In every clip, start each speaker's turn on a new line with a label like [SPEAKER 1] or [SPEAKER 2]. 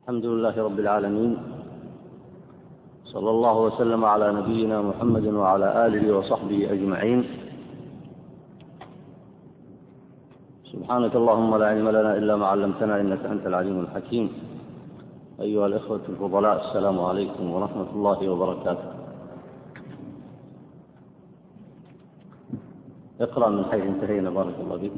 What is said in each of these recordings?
[SPEAKER 1] الحمد لله رب العالمين، صلى الله وسلم على نبينا محمد وعلى آله وصحبه أجمعين. سبحانك اللهم لا علم لنا إلا ما علمتنا إنك أنت العليم الحكيم. أيها الإخوة الفضلاء، السلام عليكم ورحمة الله وبركاته. اقرأ من حيث انتهينا، بارك الله فيك.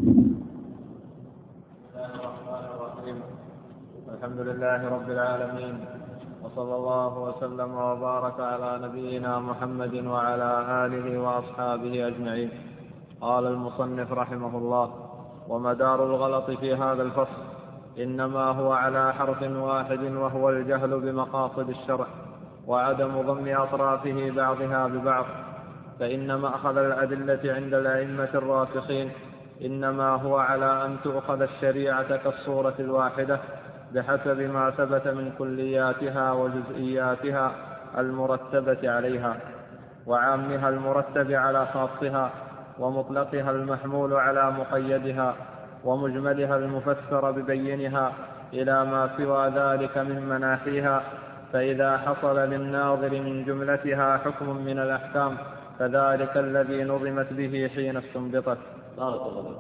[SPEAKER 2] الحمد لله رب العالمين، وصلى الله وسلم وبارك على نبينا محمد وعلى آله وأصحابه أجمعين. قال المصنف رحمه الله: ومدار الغلط في هذا الفصل إنما هو على حرف واحد، وهو الجهل بمقاصد الشرع وعدم ضم أطرافه بعضها ببعض. فإن مأخذ الأدلة عند الأئمة الراسخين إنما هو على أن تؤخذ الشريعة كالصورة الواحدة بحسب ما ثبت من كلياتها وجزئياتها المرتبة عليها، وعامها المرتب على خاصها، ومطلقها المحمول على مقيدها، ومجملها المفسر ببينها، إلى ما سوى ذلك من مناحيها. فإذا حصل للناظر من جملتها حكم من الأحكام فذلك الذي نظمت به حين استنبطت.
[SPEAKER 1] بارك الله فيك.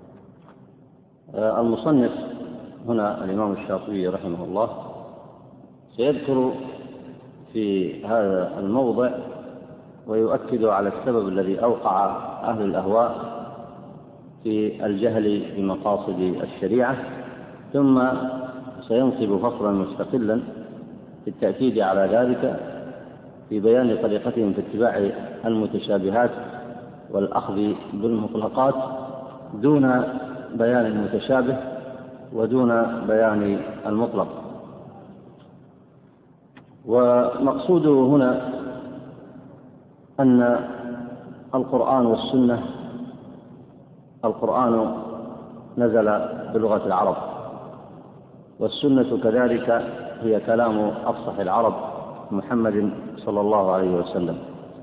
[SPEAKER 1] المصنف هنا الإمام الشاطبي رحمه الله سيذكر في هذا الموضع ويؤكد على السبب الذي أوقع أهل الأهواء في الجهل بمقاصد الشريعة، ثم سينصب فصلا مستقلا في التأكيد على ذلك في بيان طريقتهم في اتباع المتشابهات والأخذ بالمطلقات دون بيان المتشابه ودون بيان المطلق. ومقصوده هنا أن القرآن والسنة، القرآن نزل بلغة العرب، والسنة كذلك هي كلام أفصح العرب محمد صلى الله عليه وسلم،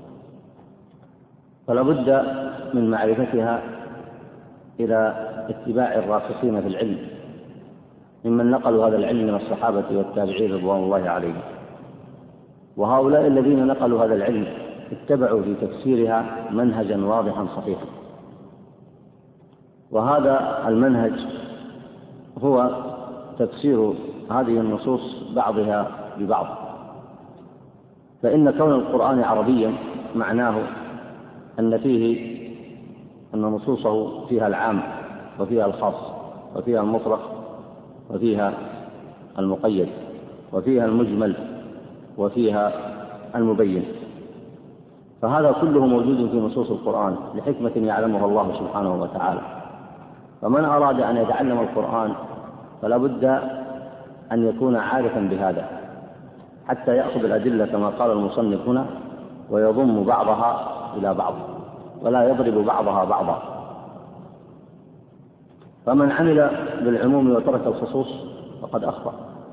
[SPEAKER 1] فلا بد من معرفتها إلى اتباع الراسخين في العلم ممن نقلوا هذا العلم من الصحابة والتابعين رضوان الله عليهم. وهؤلاء الذين نقلوا هذا العلم اتبعوا في تفسيرها منهجا واضحا صحيحا، وهذا المنهج هو تفسير هذه النصوص بعضها ببعض. فإن كون القرآن عربيا معناه أن نصوصه فيها العام وفيها الخاص وفيها المطلق وفيها المقيد وفيها المجمل وفيها المبين، فهذا كله موجود في نصوص القرآن لحكمة يعلمها الله سبحانه وتعالى. فمن أراد أن يتعلم القرآن فلا بد أن يكون عارفا بهذا حتى يأخذ الأدلة كما قال المصنف هنا ويضم بعضها إلى بعض ولا يضرب بعضها بعضا. فمن عمل بالعموم وترك الخصوص فقد أخطأ،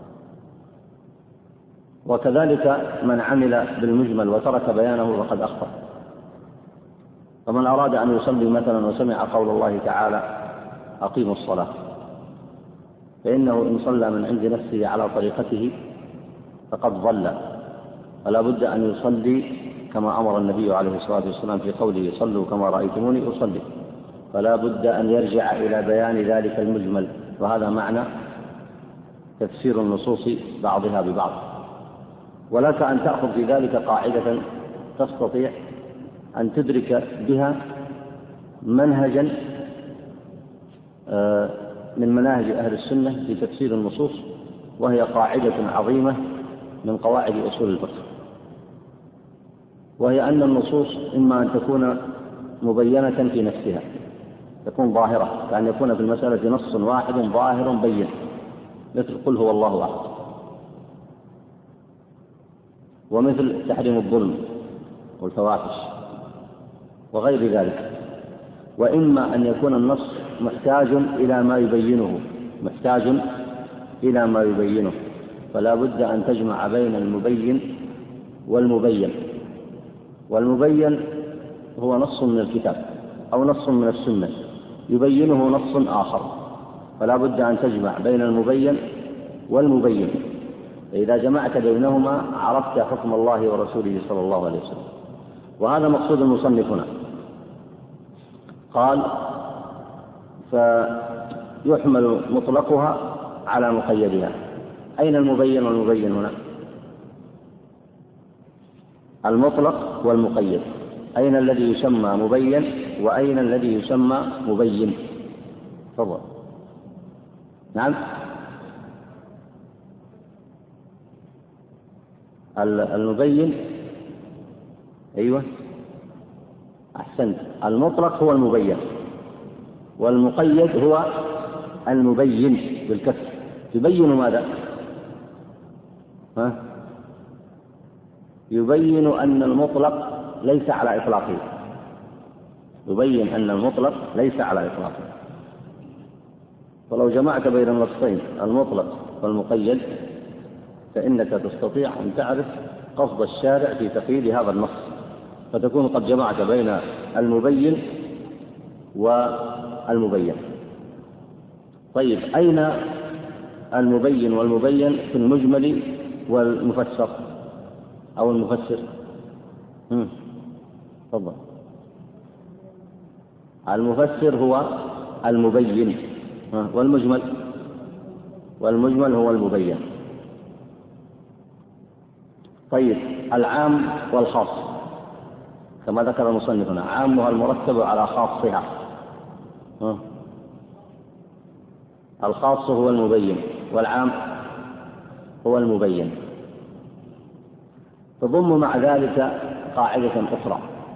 [SPEAKER 1] وكذلك من عمل بالمجمل وترك بيانه فقد أخطأ. فمن أراد أن يصلي مثلا وسمع قول الله تعالى أقيموا الصلاة، فإنه إن صلى من عند نفسه على طريقته فقد ضل، فلا بد أن يصلي كما أمر النبي عليه الصلاة والسلام في قوله صلوا كما رأيتموني أصلي، فلا بد أن يرجع إلى بيان ذلك المجمل، وهذا معنى تفسير النصوص بعضها ببعض. ولك أن تأخذ في ذلك قاعدة تستطيع أن تدرك بها منهجا من مناهج أهل السنة في تفسير النصوص، وهي قاعدة عظيمة من قواعد أصول الفقه، وهي أن النصوص إما أن تكون مبينة في نفسها، تكون ظاهرة، كأن يكون في المسألة نص واحد ظاهر بين، مثل قل هو الله أحد، ومثل تحريم الظلم والفواحش وغير ذلك. وإما أن يكون النص محتاج إلى ما يبينه، فلا بد أن تجمع بين المبين والمبين. والمبين هو نص من الكتاب أو نص من السنة يبينه نص آخر، فلا بد أن تجمع بين المبين والمبين، فإذا جمعت بينهما عرفت حكم الله ورسوله صلى الله عليه وسلم. وهذا مقصود المصنف هنا. قال: فيحمل مطلقها على مقيدها. أين المبين والمبين هنا؟ المطلق والمقيد، أين الذي يسمى مبين وأين الذي يسمى مبين؟ تفضل. نعم، المبين، أيوة أحسنت، المطلق هو المبين، والمقيد هو المبين بالكسر. يبين ماذا؟ يبين أن المطلق ليس على إطلاقه، يبين أن المطلق ليس على إطلاقه. فلو جمعت بين النصين المطلق والمقيد فإنك تستطيع أن تعرف قصد الشارع في تقييد هذا النص، فتكون قد جمعت بين المبين والمبين. طيب، أين المبين والمبين في المجمل والمفسر أو المفسر؟ تفضل. المفسر هو المبين، والمجمل هو المبين. طيب، العام والخاص كما ذكر المصنف هنا، عامها المرتب على خاصها. الخاص هو المبين والعام هو المبين. تضم مع ذلك قاعدة أخرى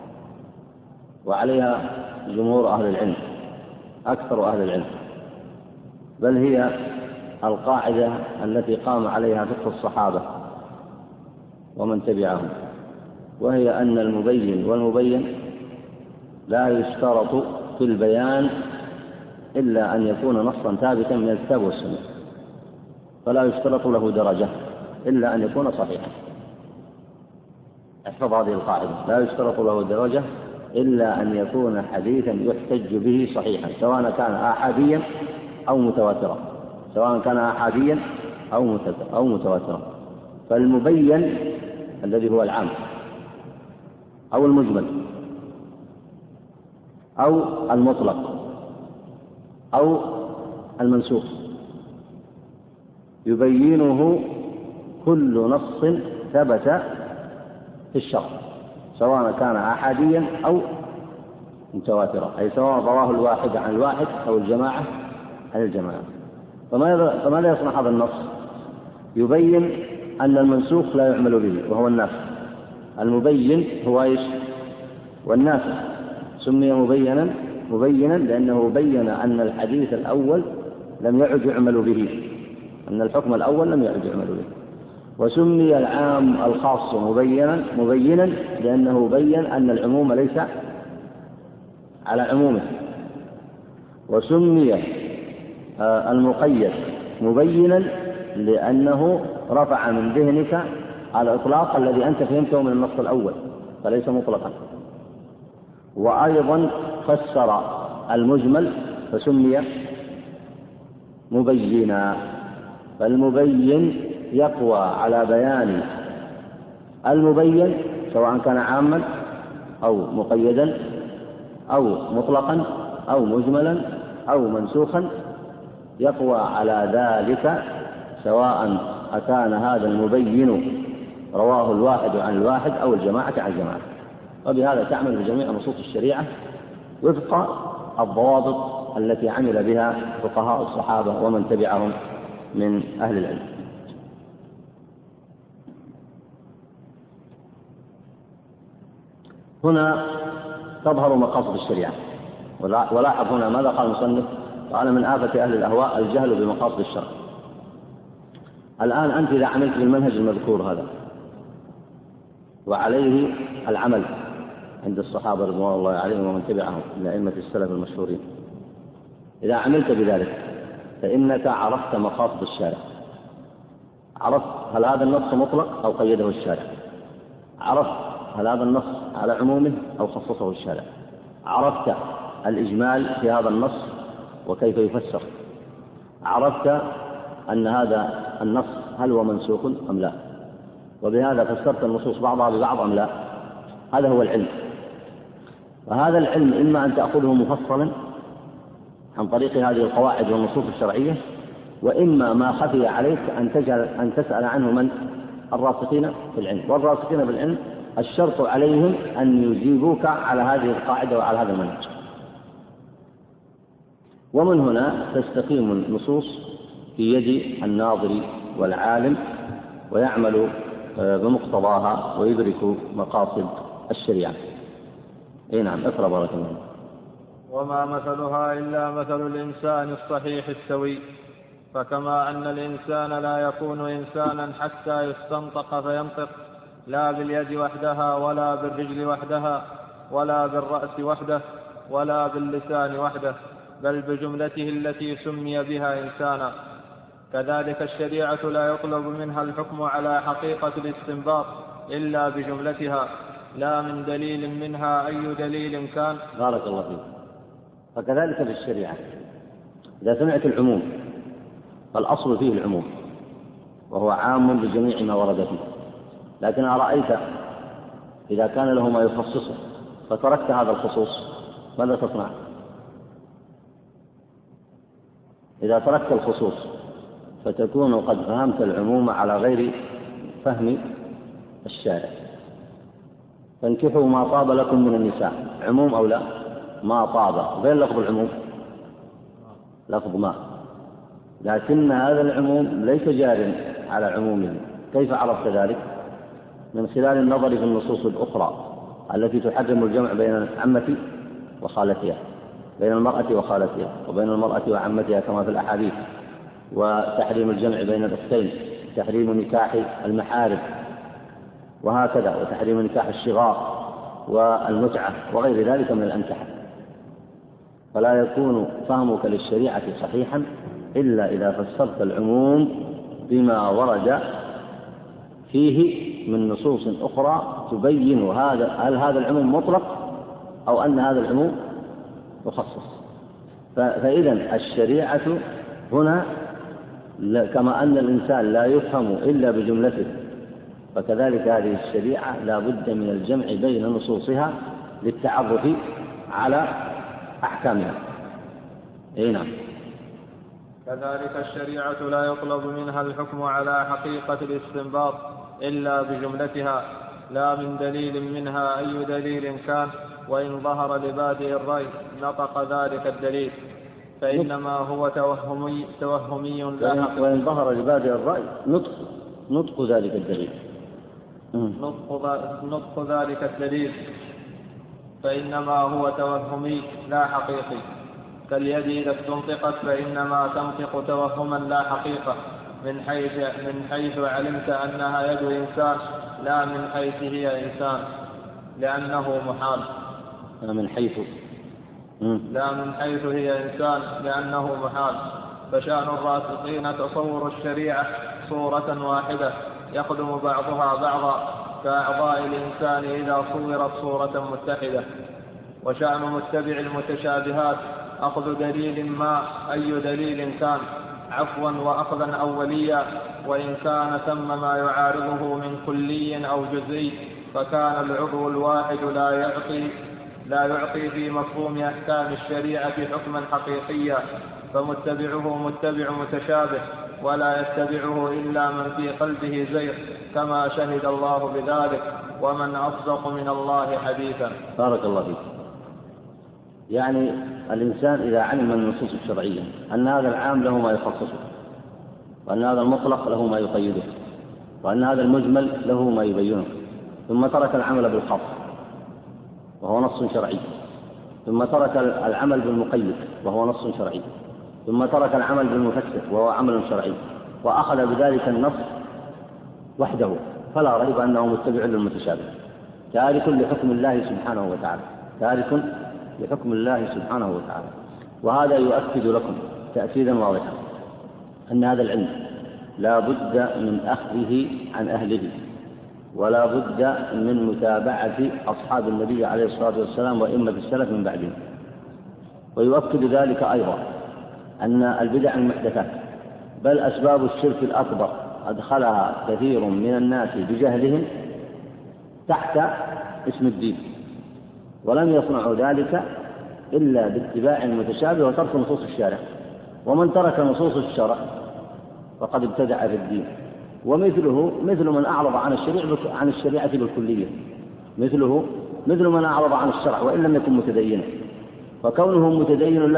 [SPEAKER 1] وعليها جمهور أهل العلم، أكثر أهل العلم، بل هي القاعدة التي قام عليها فقه الصحابة ومن تبعهم، وهي أن المبين والمبين لا يشترط في البيان إلا أن يكون نصا ثابتا من الكتاب والسنة، فلا يشترط له درجة إلا أن يكون صحيحا. احفظ هذه القاعدة: لا يشترط له درجة إلا أن يكون حديثا يحتج به صحيحا، سواء كان آحاديا أو متواترا، سواء كان آحاديا أو متواترا. فالمبين الذي هو العام أو المجمل أو المطلق أو المنسوخ يبينه كل نص ثبت في الشرع، سواء كان آحاديا أو متواترا، أي سواء رواه الواحد عن الواحد أو الجماعة عن الجماعة. فماذا يصنع هذا النص؟ يبين أن المنسوخ لا يعمل به وهو الناسخ. المبين هو إيش؟ والناسخ. سمي مبينا لأنه بين أن الحديث الأول لم يعد يعمل به، أن الحكم الأول لم يعد يعمل به. وسمي العام الخاص مبينا لأنه بين أن العموم ليس على عمومه. وسمي المقيد مبينا لأنه رفع من ذهنك الإطلاق الذي أنت فهمته من النص الأول فليس مطلقا. وأيضا فسر المجمل فسمي مبينا، فالمبين يقوى على بيان المبين سواء كان عاما أو مقيدا أو مطلقا أو مجملا أو منسوخا، يقوى على ذلك سواء أكان هذا المبين رواه الواحد عن الواحد أو الجماعة عن الجماعة. وبهذا تعمل بجميع نصوص الشريعة وفق الضوابط التي عمل بها فقهاء الصحابة ومن تبعهم من أهل العلم. هنا تظهر مقاصد الشريعة. ولاحظ هنا ماذا قال المصنف؟ قال: من آفة أهل الأهواء الجهل بمقاصد الشرع. الآن أنت إذا عملت بالمنهج المذكور هذا وعليه العمل عند الصحابة رضوان الله عليهم ومن تبعهم من أئمة السلف المشهورين، إذا عملت بذلك فإنك عرفت مقاصد الشارع، عرفت هل هذا النص مطلق أو قيده الشارع، عرفت هل هذا النص على عمومه أو خصصه الشارع، عرفت الإجمال في هذا النص وكيف يفسر، عرفت أن هذا النص هل هو منسوخ أم لا، وبهذا فسرت النصوص بعضها ببعض أم لا. هذا هو العلم. وهذا العلم إما أن تأخذه مفصلا عن طريق هذه القواعد والنصوص الشرعية، وإما ما خفي عليك أن تسأل عنه من الراسخين في العلم. والراسخين في العلم الشرط عليهم أن يجيبوك على هذه القاعدة وعلى هذا المنهج. ومن هنا تستقيم النصوص في يد الناظر والعالم، ويعمل بمقتضاها ويدرك مقاصد الشريعة. نعم، اقرأ بارك الله.
[SPEAKER 2] وما مثلها إلا مثل الإنسان الصحيح السوي، فكما أن الإنسان لا يكون إنسانا حتى يستنطق فينطق، لا باليد وحدها ولا بالرجل وحدها ولا بالرأس وحده ولا باللسان وحده، بل بجملته التي سمي بها إنسانا، كذلك الشريعة لا يطلب منها الحكم على حقيقة الاستنباط إلا بجملتها، لا من دليل منها أي دليل كان.
[SPEAKER 1] بارك الله فيك. فكذلك في الشريعة إذا سمعت العموم فالأصل فيه العموم، وهو عام لجميع ما ورد فيه. لكن أرأيت إذا كان له ما يخصصه فتركت هذا الخصوص ماذا تصنع؟ إذا تركت الخصوص فتكون قد فهمت العموم على غير فهم الشارع. فانكحوا ما طاب لكم من النساء، عموم أو لا؟ ما طاب غير لفظ العموم، لفظ ما، لكن هذا العموم ليس جار على عمومه. كيف عرفت ذلك؟ من خلال النظر في النصوص الأخرى التي تحرم الجمع بين العمة وخالتها، بين المرأة وخالتها، وبين المرأة وعمتها كما في الأحاديث، وتحريم الجمع بين الأختين، تحريم نكاح المحارم وهكذا، وتحريم نكاح الشغار والمتعة وغير ذلك من الأنكحة. فلا يكون فهمك للشريعة صحيحا إلا إذا فسرت العموم بما ورد فيه من نصوص أخرى تبين هل هذا العموم مطلق أو أن هذا العموم مخصص. فإذا الشريعة هنا كما أن الإنسان لا يفهم إلا بجملته، فكذلك هذه الشريعة لا بد من الجمع بين نصوصها للتعرف على أحكامها. نعم.
[SPEAKER 2] كذلك الشريعة لا يطلب منها الحكم على حقيقة الاستنباط إلا بجملتها، لا من دليل منها أي دليل كان، وإن ظهر لبادئ الرأي نطق ذلك الدليل فإنما هو توهمي لا حقيقة.
[SPEAKER 1] وإن ظهر لبادئ الرأي نطق ذلك الدليل،
[SPEAKER 2] نطق ذلك الدليل فإنما هو توهمي لا حقيقي، كاليد إذا استنطقت فإنما تنطق توهما لا حقيقة، من حيث علمت أنها يد إنسان لا من حيث هي إنسان، لأنه محال. لا من حيث هي إنسان لأنه محال. فشأن الراسخين تصور الشريعة صورة واحدة يخدم بعضها بعضا كأعضاء الإنسان إذا صورت صورة متحدة. وشأن متبع المتشابهات أخذ دليل ما أي دليل كان عفوا وأخذا أوليا، وإن كان ثم ما يعارضه من كلي أو جزئي، فكان العضو الواحد لا يعطي في مفهوم أحكام الشريعة حكما حقيقيا، فمتبعه متبع متشابه ولا يتبعه إلا من في قلبه زيغ، كما شهد الله بذلك، ومن أصدق من الله حديثا.
[SPEAKER 1] بارك الله فيك. يعني الإنسان إذا علم من النصوص الشرعية أن هذا العام له ما يخصصه، وأن هذا المطلق له ما يقيده، وأن هذا المجمل له ما يبينه، ثم ترك العمل بالخاص وهو نص شرعي، ثم ترك العمل بالمقيد وهو نص شرعي، ثم ترك العمل بالمفسر وهو عمل شرعي، وأخذ بذلك النص وحده، فلا ريب أنه متبع للمتشابه، تارك لحكم الله سبحانه وتعالى، تارك لحكم الله سبحانه وتعالى. وهذا يؤكد لكم تأكيدا واضحا أن هذا العلم لا بد من أخذه عن أهله، ولا بد من متابعة أصحاب النبي عليه الصلاة والسلام وإمة السلف من بعدهم. ويؤكد ذلك أيضا أن البدع المحدثات بل أسباب الشرك الأكبر أدخلها كثير من الناس بجهلهم تحت اسم الدين، ولم يصنعوا ذلك إلا باتباع المتشابه وترك نصوص الشارع. ومن ترك نصوص الشرع فقد ابتدع في الدين، ومثله مثل من أعرض عن الشريعة بالكلية، مثل من أعرض عن الشرع وإن لم يكن متدينا، فكونه متدين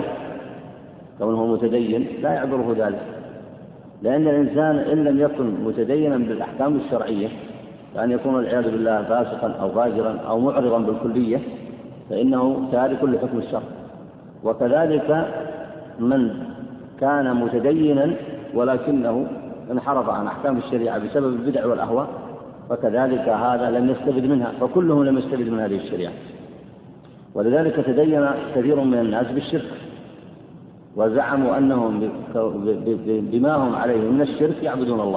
[SPEAKER 1] لا يعذره ذلك، لأن الإنسان إن لم يكن متدينا بالأحكام الشرعية كأن يكون والعياذ بالله فاسقا أو فاجرا أو معرضا بالكلية فإنه تارك لحكم الشرع. وكذلك من كان متدينا ولكنه انحرف عن أحكام الشريعة بسبب البدع والأهواء فكذلك هذا لم يستفد منها، فكلهم لم يستفد من هذه الشريعة. ولذلك تدين كثير من الناس بالشرك وزعموا أنهم بما هم عليه من الشرك يعبدون الله،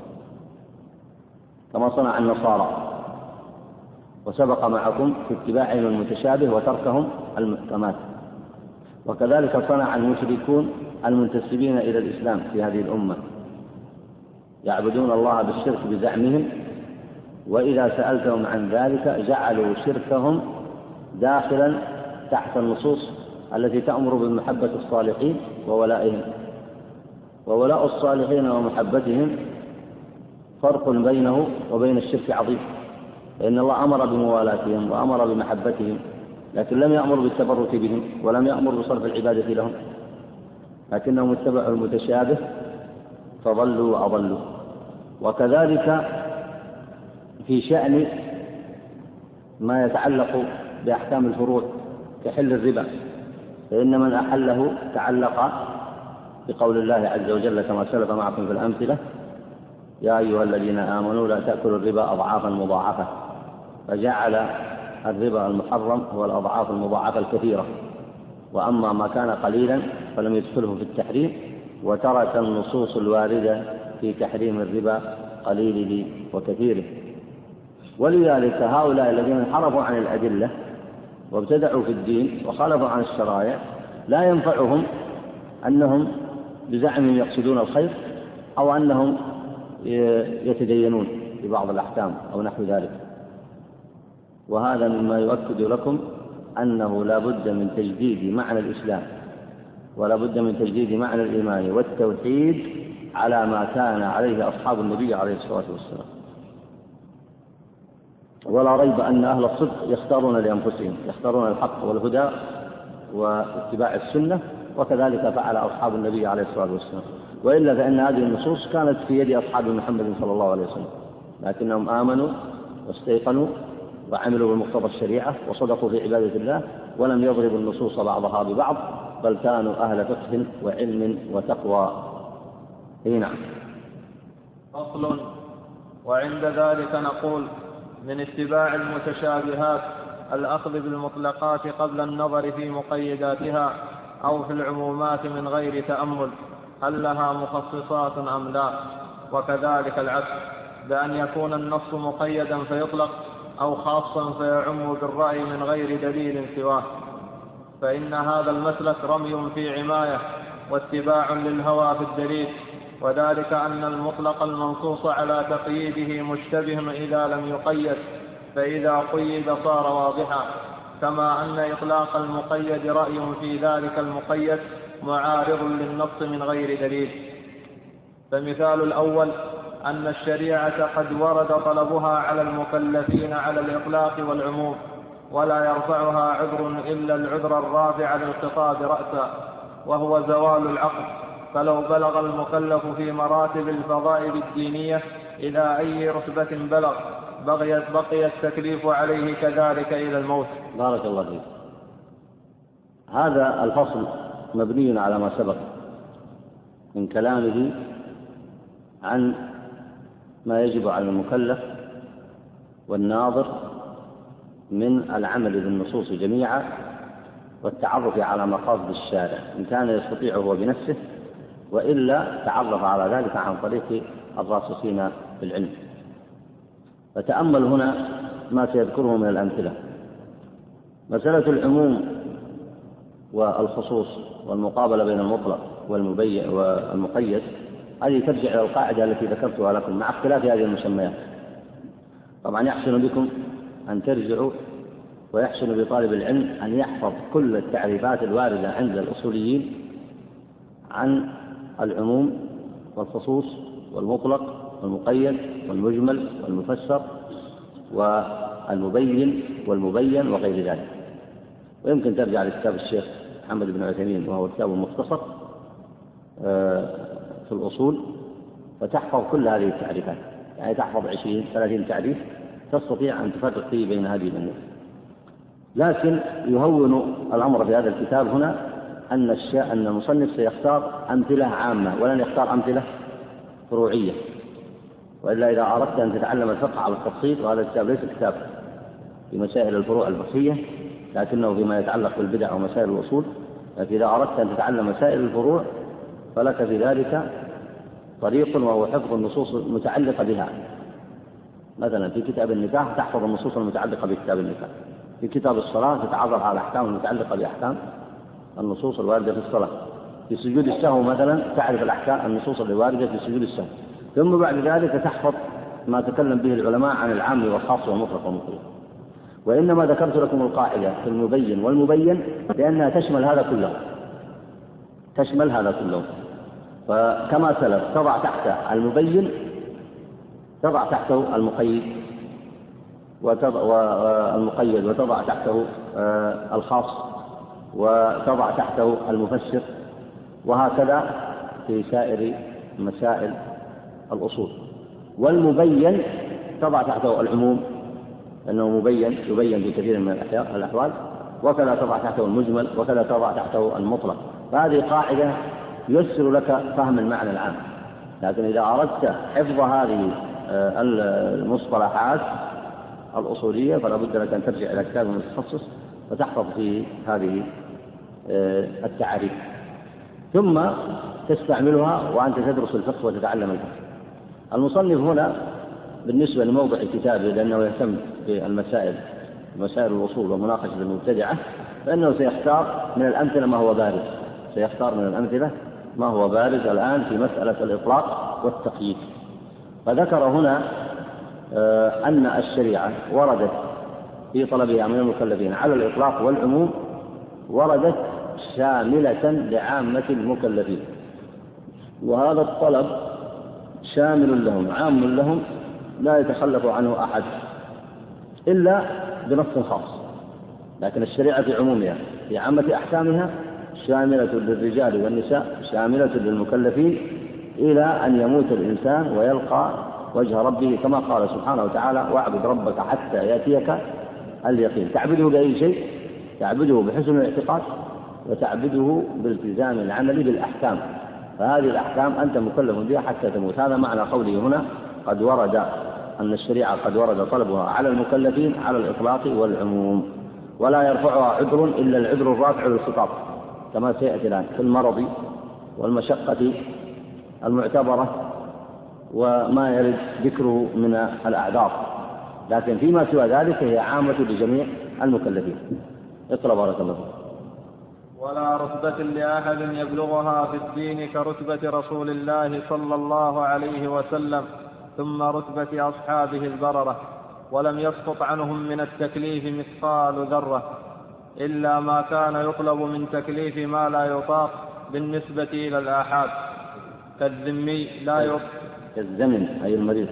[SPEAKER 1] كما صنع النصارى وسبق معكم في اتباعهم المتشابه وتركهم المحكمات. وكذلك صنع المشركون المنتسبين إلى الإسلام في هذه الأمة، يعبدون الله بالشرك بزعمهم، وإذا سألتهم عن ذلك جعلوا شركهم داخلا تحت النصوص التي تأمر بمحبة الصالحين وولائهم. وولاء الصالحين ومحبتهم فرق بينه وبين الشرك عظيم، فإن الله أمر بموالاتهم وأمر بمحبتهم، لكن لم يأمر بالتبرك بهم ولم يأمر بصرف العبادة لهم، لكنهم اتبعوا المتشابه فضلوا وأضلوا. وكذلك في شأن ما يتعلق بأحكام الفروع كحل الربا، فإن من أحله تعلق بقول الله عز وجل كما سلف معكم في الأمثلة: يا أيها الذين آمنوا لا تأكلوا الربا أضعافا مضاعفة، فجعل الربا المحرم هو الأضعاف المضاعفة الكثيرة، وأما ما كان قليلا فلم يدخله في التحريم، وترك النصوص الواردة في تحريم الربا قليله وكثيره. ولذلك هؤلاء الذين انحرفوا عن الأدلة وابتدعوا في الدين وخالفوا عن الشرائع لا ينفعهم أنهم بزعمهم يقصدون الخير أو أنهم يتدينون ببعض الأحكام أو نحو ذلك. وهذا مما يؤكد لكم أنه لا بد من تجديد معنى الإسلام ولا بد من تجديد معنى الإيمان والتوحيد على ما كان عليه أصحاب النبي عليه الصلاة والسلام. ولا ريب أن أهل الصدق يختارون لأنفسهم، يختارون الحق والهدى واتباع السنة، وكذلك فعل أصحاب النبي عليه الصلاة والسلام. وإلا فإن هذه النصوص كانت في يد أصحاب محمد صلى الله عليه وسلم، لكنهم آمنوا واستيقنوا وعملوا بمقتضى الشريعة وصدقوا في عبادة الله، ولم يضربوا النصوص بعضها ببعض، بل كانوا أهل فقه وعلم وتقوى. نعم.
[SPEAKER 2] فصل. وعند ذلك نقول: من اتباع المتشابهات الأخذ بالمطلقات قبل النظر في مقيداتها أو في العمومات من غير تأمل هل لها مخصصات أم لا، وكذلك العكس، بأن يكون النص مقيدا فيطلق أو خاصا فيعم بالرأي من غير دليل سواه، فإن هذا المسلك رمي في عماية واتباع للهوى في الدليل، وذلك أن المطلق المنصوص على تقييده مشتبه إذا لم يقيد، فإذا قيد صار واضحا، كما أن إطلاق المقيد رأي في ذلك المقيد معارض للنص من غير دليل. فمثال الأول أن الشريعة قد ورد طلبها على المكلفين على الإطلاق والعموم، ولا يرفعها عذر إلا العذر الرافع للخطاب رأسا، وهو زوال العقل، فلو بلغ المكلف في مراتب الفضائل الدينية إلى أي رتبة بلغ بقي التكليف عليه كذلك إلى الموت.
[SPEAKER 1] بارك الله فيك. هذا الفصل مبني على ما سبق من كلامه عن ما يجب على المكلف والناظر من العمل بالنصوص جميعا والتعرف على مقاصد الشارع إن كان يستطيعه بنفسه، وإلا تعرف على ذلك عن طريق الراسخين في العلم. فتأمل هنا ما سيذكره من الأمثلة. مسألة العموم والخصوص والمقابلة بين المطلق والمقيد هذه ترجع إلى القاعدة التي ذكرتها لكم مع اختلاف هذه المسميات. طبعا يحسن بكم أن ترجعوا، ويحسن بطالب العلم أن يحفظ كل التعريفات الواردة عند الأصوليين عن العموم والخصوص والمطلق والمقيد والمجمل والمفسر والمبين والمبين وغير ذلك. ويمكن ترجع لكتاب الشيخ محمد بن عثيمين وهو كتاب مختصر في الأصول، فتحفظ كل هذه التعريفات، يعني تحفظ 20-30 تعريف تستطيع أن تفرق فيه بين هذه الأمور. لكن يهون الأمر في هذا الكتاب هنا أن المصنف سيختار أمثلة عامة ولن يختار أمثلة فروعية، وإلا إذا أردت أن تتعلم الفقه على التفصيل، وهذا الكتاب ليس كتاب في مسائل الفروع الفقهية لكنه فيما يتعلق بالبدع ومسائل الأصول، لكن إذا أردت أن تتعلم مسائل الفروع فلك في ذلك طريق، وهو حفظ النصوص المتعلقة بها. مثلا في كتاب النكاح تحفظ النصوص المتعلقة بكتاب النكاح، في كتاب الصلاة تتعرف على الأحكام المتعلقة بأحكام النصوص الواردة في الصلاة، في سجود السهو مثلا تعرف الأحكام النصوص الواردة في سجود السهو، ثم بعد ذلك تحفظ ما تكلم به العلماء عن العام والخاص والمطلق والمقيد. وإنما ذكرت لكم القاعدة في المبين والمبين لأنها تشمل هذا كله، فكما سلف تضع تحت المبين تضع تحته المقيد والمقيد، وتضع تحته الخاص، وتضع تحته المفسر، وهكذا في سائر مسائل الأصول. والمبين تضع تحته العموم لأنه مبين يبين في كثير من الأحوال، وكذا تضع تحته المجمل، وكذا تضع تحته المطلق. فهذه قاعدة ييسر لك فهم المعنى العام. لكن إذا أردت حفظ هذه المصطلحات الأصولية فلا بد لك أن ترجع إلى كتاب متخصص وتحفظ فيه هذه التعاريف، ثم تستعملها وأنت تدرس الفقه وتتعلم الفقه. المصنف هنا بالنسبة لموضع كتابه لأنه يهتم بالمسائل مسائل الأصول ومناقشة المبتدعة، فإنه سيختار من الأمثلة ما هو بارز الآن في مسألة الإطلاق والتقييد. فذكر هنا أن الشريعة وردت في طلبها من المكلفين على الإطلاق والعموم، وردت شاملة لعامة المكلفين، وهذا الطلب شامل لهم عام لهم لا يتخلف عنه أحد إلا بنص خاص. لكن الشريعة في عمومها في عامة أحكامها شاملة للرجال والنساء، شاملة للمكلفين إلى أن يموت الإنسان ويلقى وجه ربه، كما قال سبحانه وتعالى: واعبد ربك حتى يأتيك اليقين. تعبده بأي شيء؟ تعبده بحسن الاعتقاد، وتعبده بالتزام العمل بالأحكام، فهذه الأحكام أنت مكلف بها حتى تموت. هذا معنى قوله هنا قد ورد أن الشريعة قد ورد طلبها على المكلفين على الإطلاق والعموم، ولا يرفعها عذر إلا العذر الرافع للخطاب، كما سيأتي الآن في المرض والمشقة المعتبرة وما يرد ذكره من الأعذار، لكن فيما سوى ذلك هي عامة لجميع المكلفين. اقرأ بارك الله فيك.
[SPEAKER 2] ولا رتبة لأحد يبلغها في الدين كرتبة رسول الله صلى الله عليه وسلم ثم رتبة أصحابه البررة، ولم يسقط عنهم من التكليف مثقال ذرة إلا ما كان يطلب من تكليف ما لا يطاق بالنسبة إلى الآحاد، كالذمي لا يطاق
[SPEAKER 1] كالزمن أي المريض.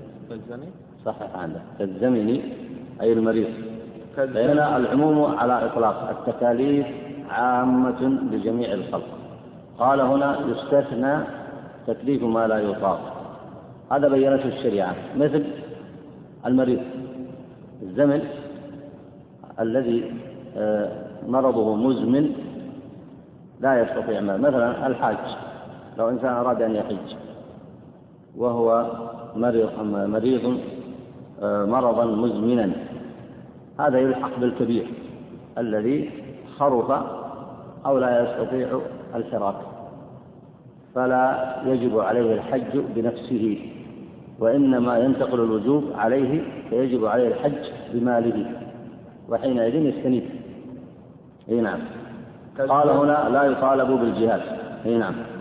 [SPEAKER 1] صحيح عندك كالزمن أي المريض. فهنا العموم على إطلاق التكاليف عامة لجميع الخلق. قال هنا يستثنى تكليف ما لا يطاق، هذا بينته الشريعة، مثل المريض الزمن الذي مرضه مزمن لا يستطيع مثلا الحاج، لو إنسان أراد أن يحج وهو مريض مرضا مزمنا، هذا يلحق بالكبير الذي خرف أو لا يستطيع الحراك، فلا يجب عليه الحج بنفسه، وإنما ينتقل الوجوب عليه فيجب عليه الحج بماله، وحينئذ يستنيب. نعم. قال هنا لا يطالب بالجهاد. نعم.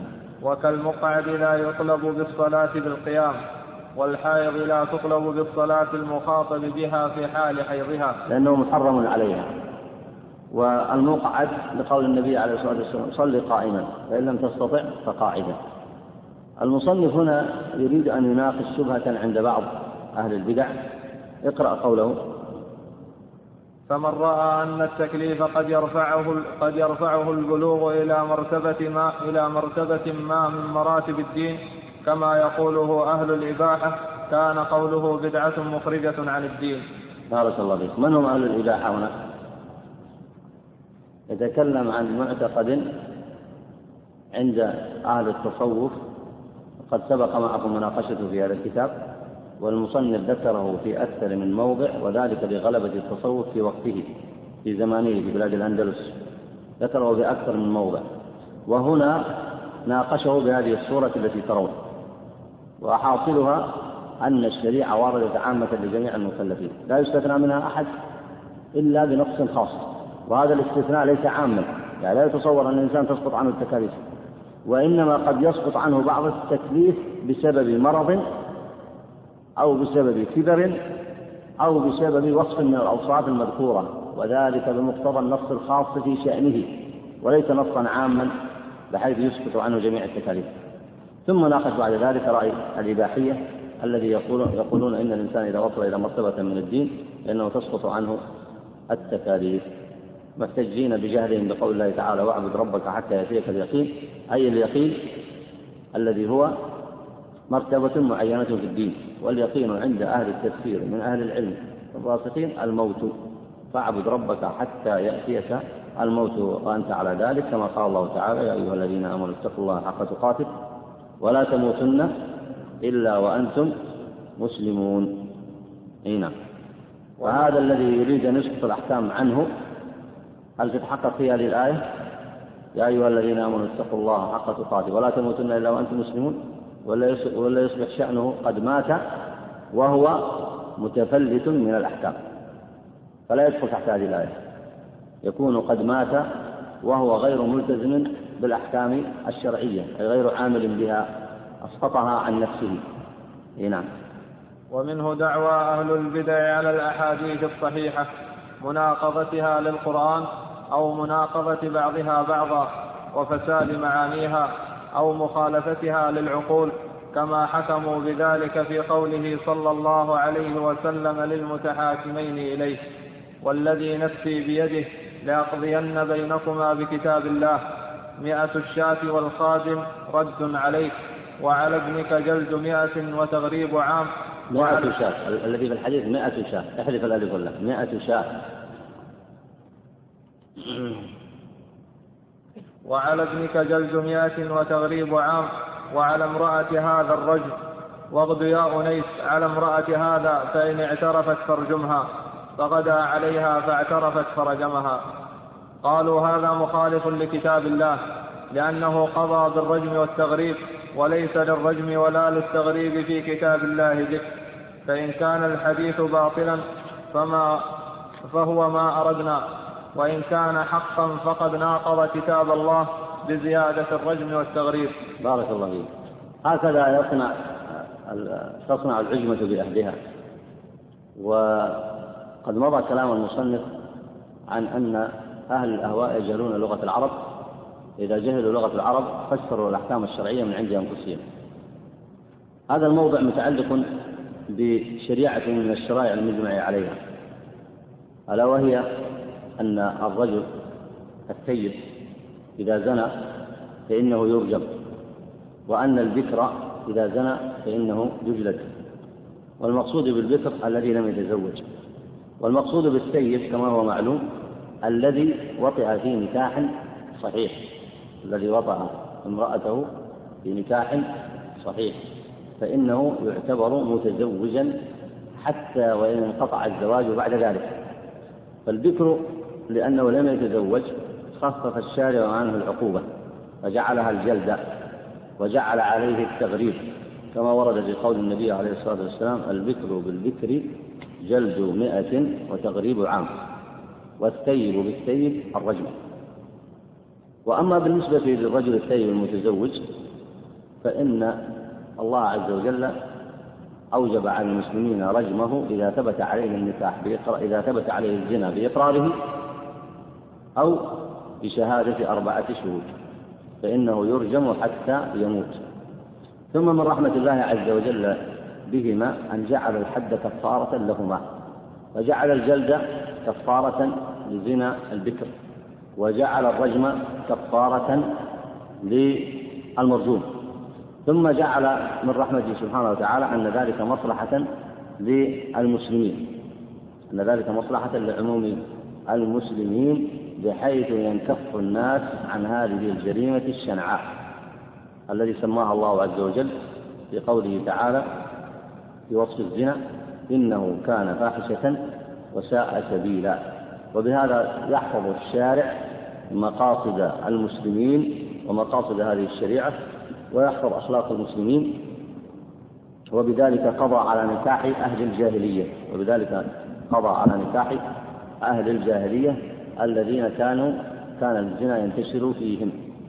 [SPEAKER 2] وكالمقعد لا يطلب بالصلاة بالقيام، والحائض لا تطلب بالصلاة المخاطب بها في حال حيضها
[SPEAKER 1] لأنه محرم عليها. والمقعد لقول النبي عليه الصلاة والسلام صل قائما فإن لم تستطع فقاعدا. المصنف هنا يريد أن يناقش شبهة عند بعض أهل البدع. اقرأ قوله:
[SPEAKER 2] فمن رأى أن التكليف قد يرفعه البلوغ إلى مرتبة ما من مراتب الدين كما يقوله أهل الإباحة كان قوله بدعة مخرجة عن الدين.
[SPEAKER 1] بارك الله فيك. من هم أهل الإباحة هنا؟ يتكلم عن معتقد عند أهل التصوف، قد سبق معكم مناقشته في هذا الكتاب، والمصنف ذكره في أكثر من موضع، وذلك لغلبة التصوف في وقته في زمانه في بلاد الأندلس، ذكره بأكثر من موضع. وهنا ناقشه بهذه الصورة التي ترون، وحاصلها أن الشريعة واردت عامة لجميع المكلفين لا يستثنى منها أحد إلا بنقص خاص، وهذا الاستثناء ليس عاما، يعني لا يتصور أن الإنسان تسقط عنه التكاليف، وإنما قد يسقط عنه بعض التكليف بسبب مرض أو بسبب كبر أو بسبب وصف من الأوصاف المذكورة، وذلك بمقتضى النص الخاص في شأنه وليس نصا عاما بحيث يسقط عنه جميع التكاليف. ثم ناقش بعد ذلك رأي الإباحية الذي يقولون إن الإنسان إذا وصل إلى مرتبة من الدين فإنه تسقط عنه التكاليف، محتجين بجهلهم بقول الله تعالى: واعبد ربك حتى يأتيك اليقين، أي اليقين الذي هو مرتبة معينة في الدين، واليقين عند أهل التفسير من أهل العلم الراسخين الموت، فاعبد ربك حتى يأتيك الموت وأنت على ذلك، كما قال الله تعالى: يا أيها الذين آمنوا اتقوا الله حق تقاته ولا تموتن إلا وأنتم مسلمون. هنا وهذا الذي يريد أن يسقط الأحكام عنه، هل تتحقق في هذه الآية: يا أيها الذين آمنوا اتقوا الله حق تقاته ولا تموتن إلا وأنتم مسلمون، ولا يصبح شأنه قد مات وهو متفلت من الأحكام، فلا يدخل تحت هذه الآية، يكون قد مات وهو غير ملتزم بالأحكام الشرعية، أي غير عامل بها، أسقطها عن نفسه. نعم.
[SPEAKER 2] ومنه دعوى أهل البدع على الأحاديث الصحيحة مناقضتها للقرآن أو مناقضة بعضها بعضا وفساد معانيها أو مخالفتها للعقول، كما حكموا بذلك في قوله صلى الله عليه وسلم للمتحاكمين إليه: والذي نفسي بيده لأقضين بينكما بكتاب الله، 100 الشاة والخادم رد عليك، وعلى ابنك جلد 100 وتغريب عام.
[SPEAKER 1] 100 شاة الذي في الحديث 100 شاة، احذف الألف ولا 100 شاة.
[SPEAKER 2] وعلى ابنك جلد 100 وتغريب عام، وعلى امرأة هذا الرجل، واغد يا أنيس على امرأة هذا فإن اعترفت فارجمها، فغدا عليها فاعترفت فرجمها. قالوا هذا مخالف لكتاب الله، لأنه قضى بالرجم والتغريب، وليس للرجم ولا للتغريب في كتاب الله ذكر، فإن كان الحديث باطلا فهو ما أردنا، وإن كان حقا فقد ناقض كتاب الله بزيادة الرجم والتغريب.
[SPEAKER 1] بارك الله فيك. هكذا تصنع العجمة بأهلها. وقد مضى كلام المصنف عن أن أهل الأهواء يجهلون لغة العرب، إذا جهلوا لغة العرب فسروا الأحكام الشرعية من عند أنفسهم. هذا الموضع متعلق بشريعة من الشرائع المجمع عليها، ألا وهي أن الرجل الثيب إذا زنى فإنه يرجم، وأن البكر إذا زنى فإنه يجلد. والمقصود بالبكر الذي لم يتزوج، والمقصود بالثيب كما هو معلوم الذي وطئ في نكاح صحيح، الذي وطئ امرأته في نكاح صحيح فإنه يعتبر متزوجا حتى وإن انقطع الزواج بعد ذلك. فالبكر لأنه لم يتزوج خفف الشارع عنه العقوبة فجعلها الجلد، وجعل عليه التغريب كما ورد في قول النبي عليه الصلاة والسلام: البكر بالبكر جلد 100 وتغريب عام، والثيب بالثيب الرجم. وأما بالنسبة للرجل الثيب المتزوج فإن الله عز وجل أوجب على المسلمين رجمه إذا ثبت عليه النكاح إذا ثبت عليه الزنا بإقراره أو بشهادة 4 شهود، فإنه يرجم حتى يموت. ثم من رحمة الله عز وجل بهما أن جعل الحد كفارة لهما، وجعل الجلد كفارة لزنا البكر، وجعل الرجم كفارة للمرجوم. ثم جعل من رحمته سبحانه وتعالى أن ذلك مصلحة للمسلمين، أن ذلك مصلحة لعموم المسلمين، بحيث ينكف الناس عن هذه الجريمة الشنعاء الذي سماها الله عز وجل في قوله تعالى في وصف الزنا: إنه كان فاحشة وساء سبيلا. وبهذا يحفظ الشارع مقاصد المسلمين ومقاصد هذه الشريعة، ويحفظ أخلاق المسلمين، وبذلك قضى على نكاح أهل الجاهلية، الذين كان الزنا ينتشر فيهم.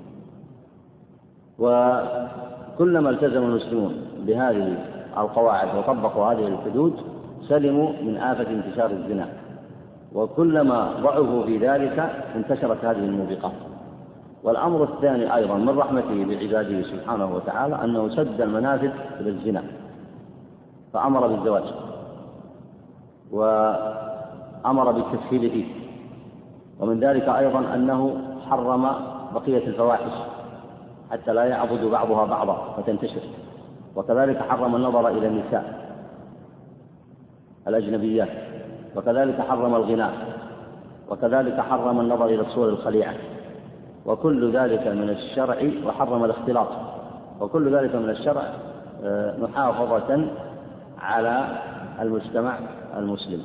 [SPEAKER 1] وكلما التزم المسلمون بهذه القواعد وطبقوا هذه الحدود سلموا من آفة انتشار الزنا، وكلما ضعفوا في ذلك انتشرت هذه الموبقات. والأمر الثاني أيضا من رحمته بعباده سبحانه وتعالى أنه سد المنافذ للزنا فأمر بالزواج، وأمر بالتسهيل فيه. ومن ذلك أيضا أنه حرم بقية الفواحش حتى لا يعبد بعضها بعضا فتنتشر، وكذلك حرم النظر إلى النساء الأجنبيات، وكذلك حرم الغناء، وكذلك حرم النظر إلى الصور الخليعة، وكل ذلك من الشرع، وحرم الاختلاط، وكل ذلك من الشرع محافظة على المجتمع المسلم.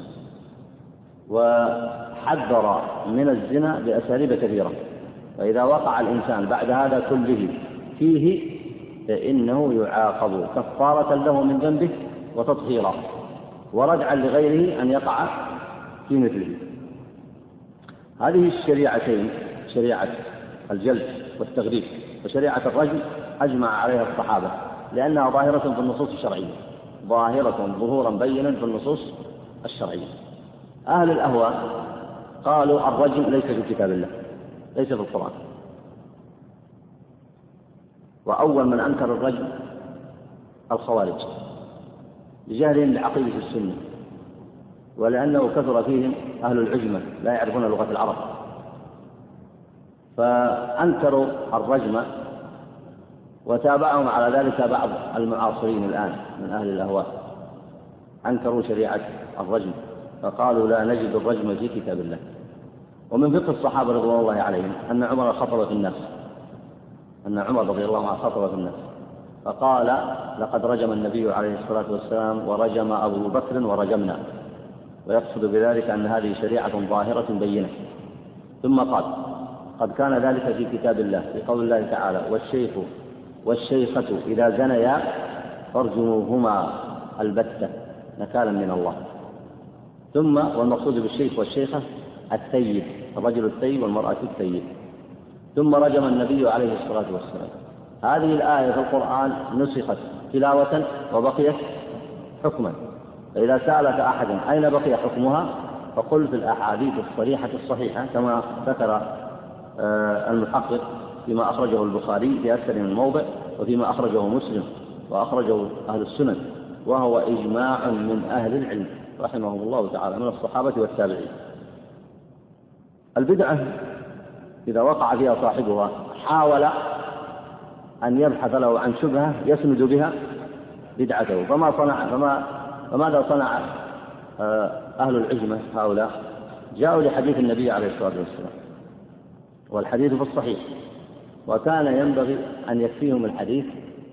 [SPEAKER 1] وحذر من الزنا بأساليب كثيرة، فإذا وقع الإنسان بعد هذا كله فيه فإنه يعاقب كفارة له من ذنبه وتطهيرا، وردعا لغيره أن يقع في مثله. هذه الشريعتين، شريعة الجلد والتغريب وشريعة الرجم، أجمع عليها الصحابة لأنها ظاهرة في النصوص الشرعية، ظهورا بينا في النصوص الشرعية. أهل الأهواء قالوا الرجم ليس في كتاب الله، ليس في القرآن، وأول من أنكر الرجم الخوارج لجهلهم بعقيدة السنة، ولأنه كثر فيهم أهل العجمة لا يعرفون لغة العرب، فأنكروا الرجم، وتابعهم على ذلك بعض المعاصرين الآن من أهل الأهواء، أنكروا شريعة الرجم فقالوا لا نجد الرجم في كتاب الله. ومن فقه الصحابة رضوان الله عليهم أن عمر خطب في الناس، أن عمر رضي الله عنه خطب في الناس فقال لقد رجم النبي عليه الصلاة والسلام ورجم أبو بكر ورجمنا، ويقصد بذلك أن هذه شريعة ظاهرة بينة. ثم قال قد كان ذلك في كتاب الله في قول الله تعالى والشيخ والشيخة إذا زنيا فارجموهما البتة نكالا من الله. ثم والمقصود بالشيخ والشيخة الثيب، الرجل الثيب والمرأة الثيب. ثم رجم النبي عليه الصلاة والسلام. هذه الآية في القرآن نسخت تلاوة وبقيت حكما، فإذا سألك أحد أين بقي حكمها فقل في الأحاديث الصريحة الصحيحة كما ذكر المحقق فيما أخرجه البخاري في أكثر من موضع، وفيما أخرجه مسلم وأخرجه أهل السنن، وهو إجماع من أهل العلم رحمه الله تعالى من الصحابة والتابعين. البدعة إذا وقع فيها صاحبها حاول أن يبحث له عن شبهة يسند بها بدعته، فماذا صنع أهل العجمة هؤلاء؟ جاءوا لحديث النبي عليه الصلاة والسلام، والحديث في الصحيح، وكان ينبغي أن يكفيهم الحديث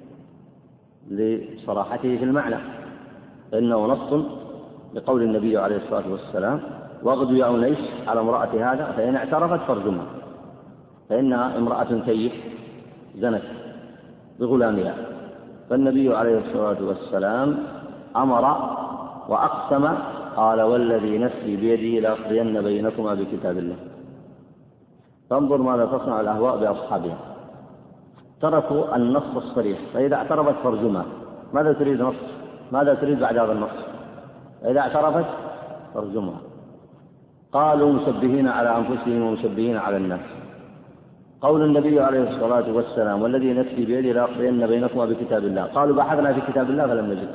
[SPEAKER 1] لصراحته في المعنى، فإنه نص لقول النبي عليه الصلاة والسلام واغدوا يا أنيس على امرأة هذا فإن اعترفت فارجمها فإنها امرأة ثيب زنت بغلامها. فالنبي عليه الصلاة والسلام أمر وأقسم قال والذي نفسي بيده لأقضين بينكما بكتاب الله. فانظر ماذا تصنع الأهواء بأصحابها. تركوا النص الصريح، فإذا اعترفت فارجمها. ماذا تريد نص؟ ماذا تريد بعد هذا النص؟ فإذا اعترفت فارجمها. قالوا مشبهين على أنفسهم ومشبهين على الناس. قول النبي عليه الصلاة والسلام والذي نفسي بيده لأقضين بينكما بكتاب الله. قالوا بحثنا في كتاب الله فلم نجد.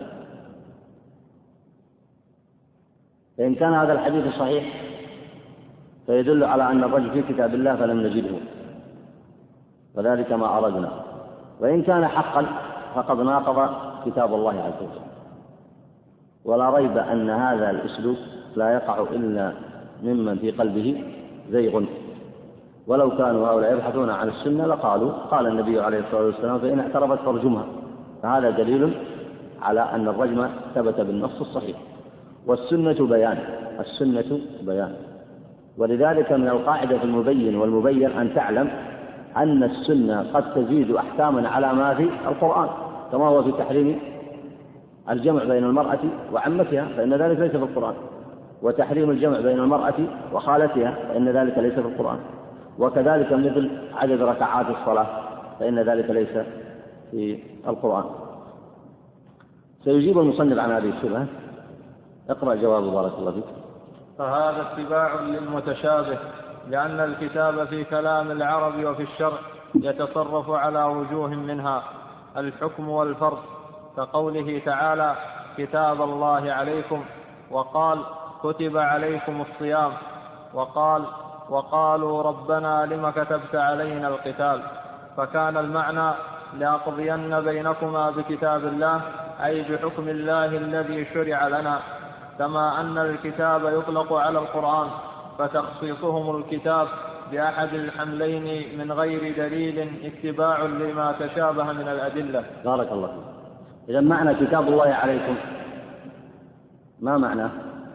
[SPEAKER 1] فإن كان هذا الحديث صحيح فيدل على أن الرجل في كتاب الله فلم نجده، وذلك ما أردنا. وإن كان حقا فقد ناقض كتاب الله عز وجل. ولا ريب أن هذا الأسلوب لا يقع إلا ممن في قلبه زيغ، ولو كانوا هؤلاء يبحثون عن السنة لقالوا قال النبي عليه الصلاة والسلام فإن اعترفت فارجمها. فهذا دليل على أن الرجم ثبت بالنص الصحيح. والسنة بيان، السنة بيان. ولذلك من القاعدة في المبين والمبين أن تعلم أن السنة قد تزيد أحكاما على ما في القرآن، كما هو في تحريم الجمع بين المرأة وعمتها فإن ذلك ليس في القرآن، وتحريم الجمع بين المرأة وخالتها فإن ذلك ليس في القرآن، وكذلك مثل عدد ركعات الصلاة فإن ذلك ليس في القرآن. سيجيب المصنف عن هذه الشبهة. اقرأ جواب بارك الله فيك.
[SPEAKER 2] فهذا اتباع للمتشابه، لأن الكتاب في كلام العرب وفي الشرع يتصرف على وجوه منها الحكم والفرض، كقوله تعالى كتاب الله عليكم، وقال كتب عليكم الصيام، وقال وقالوا ربنا لم كتبت علينا القتال. فكان المعنى لأقضين بينكما بكتاب الله أي بحكم الله الذي شرع لنا، كما أن الكتاب يطلق على القرآن، فتخصيصهم الكتاب بأحد الحملين من غير دليل اتباع لما تشابه من الأدلة.
[SPEAKER 1] بارك الله فيك. إذا معنى كتاب الله عليكم ما معنى؟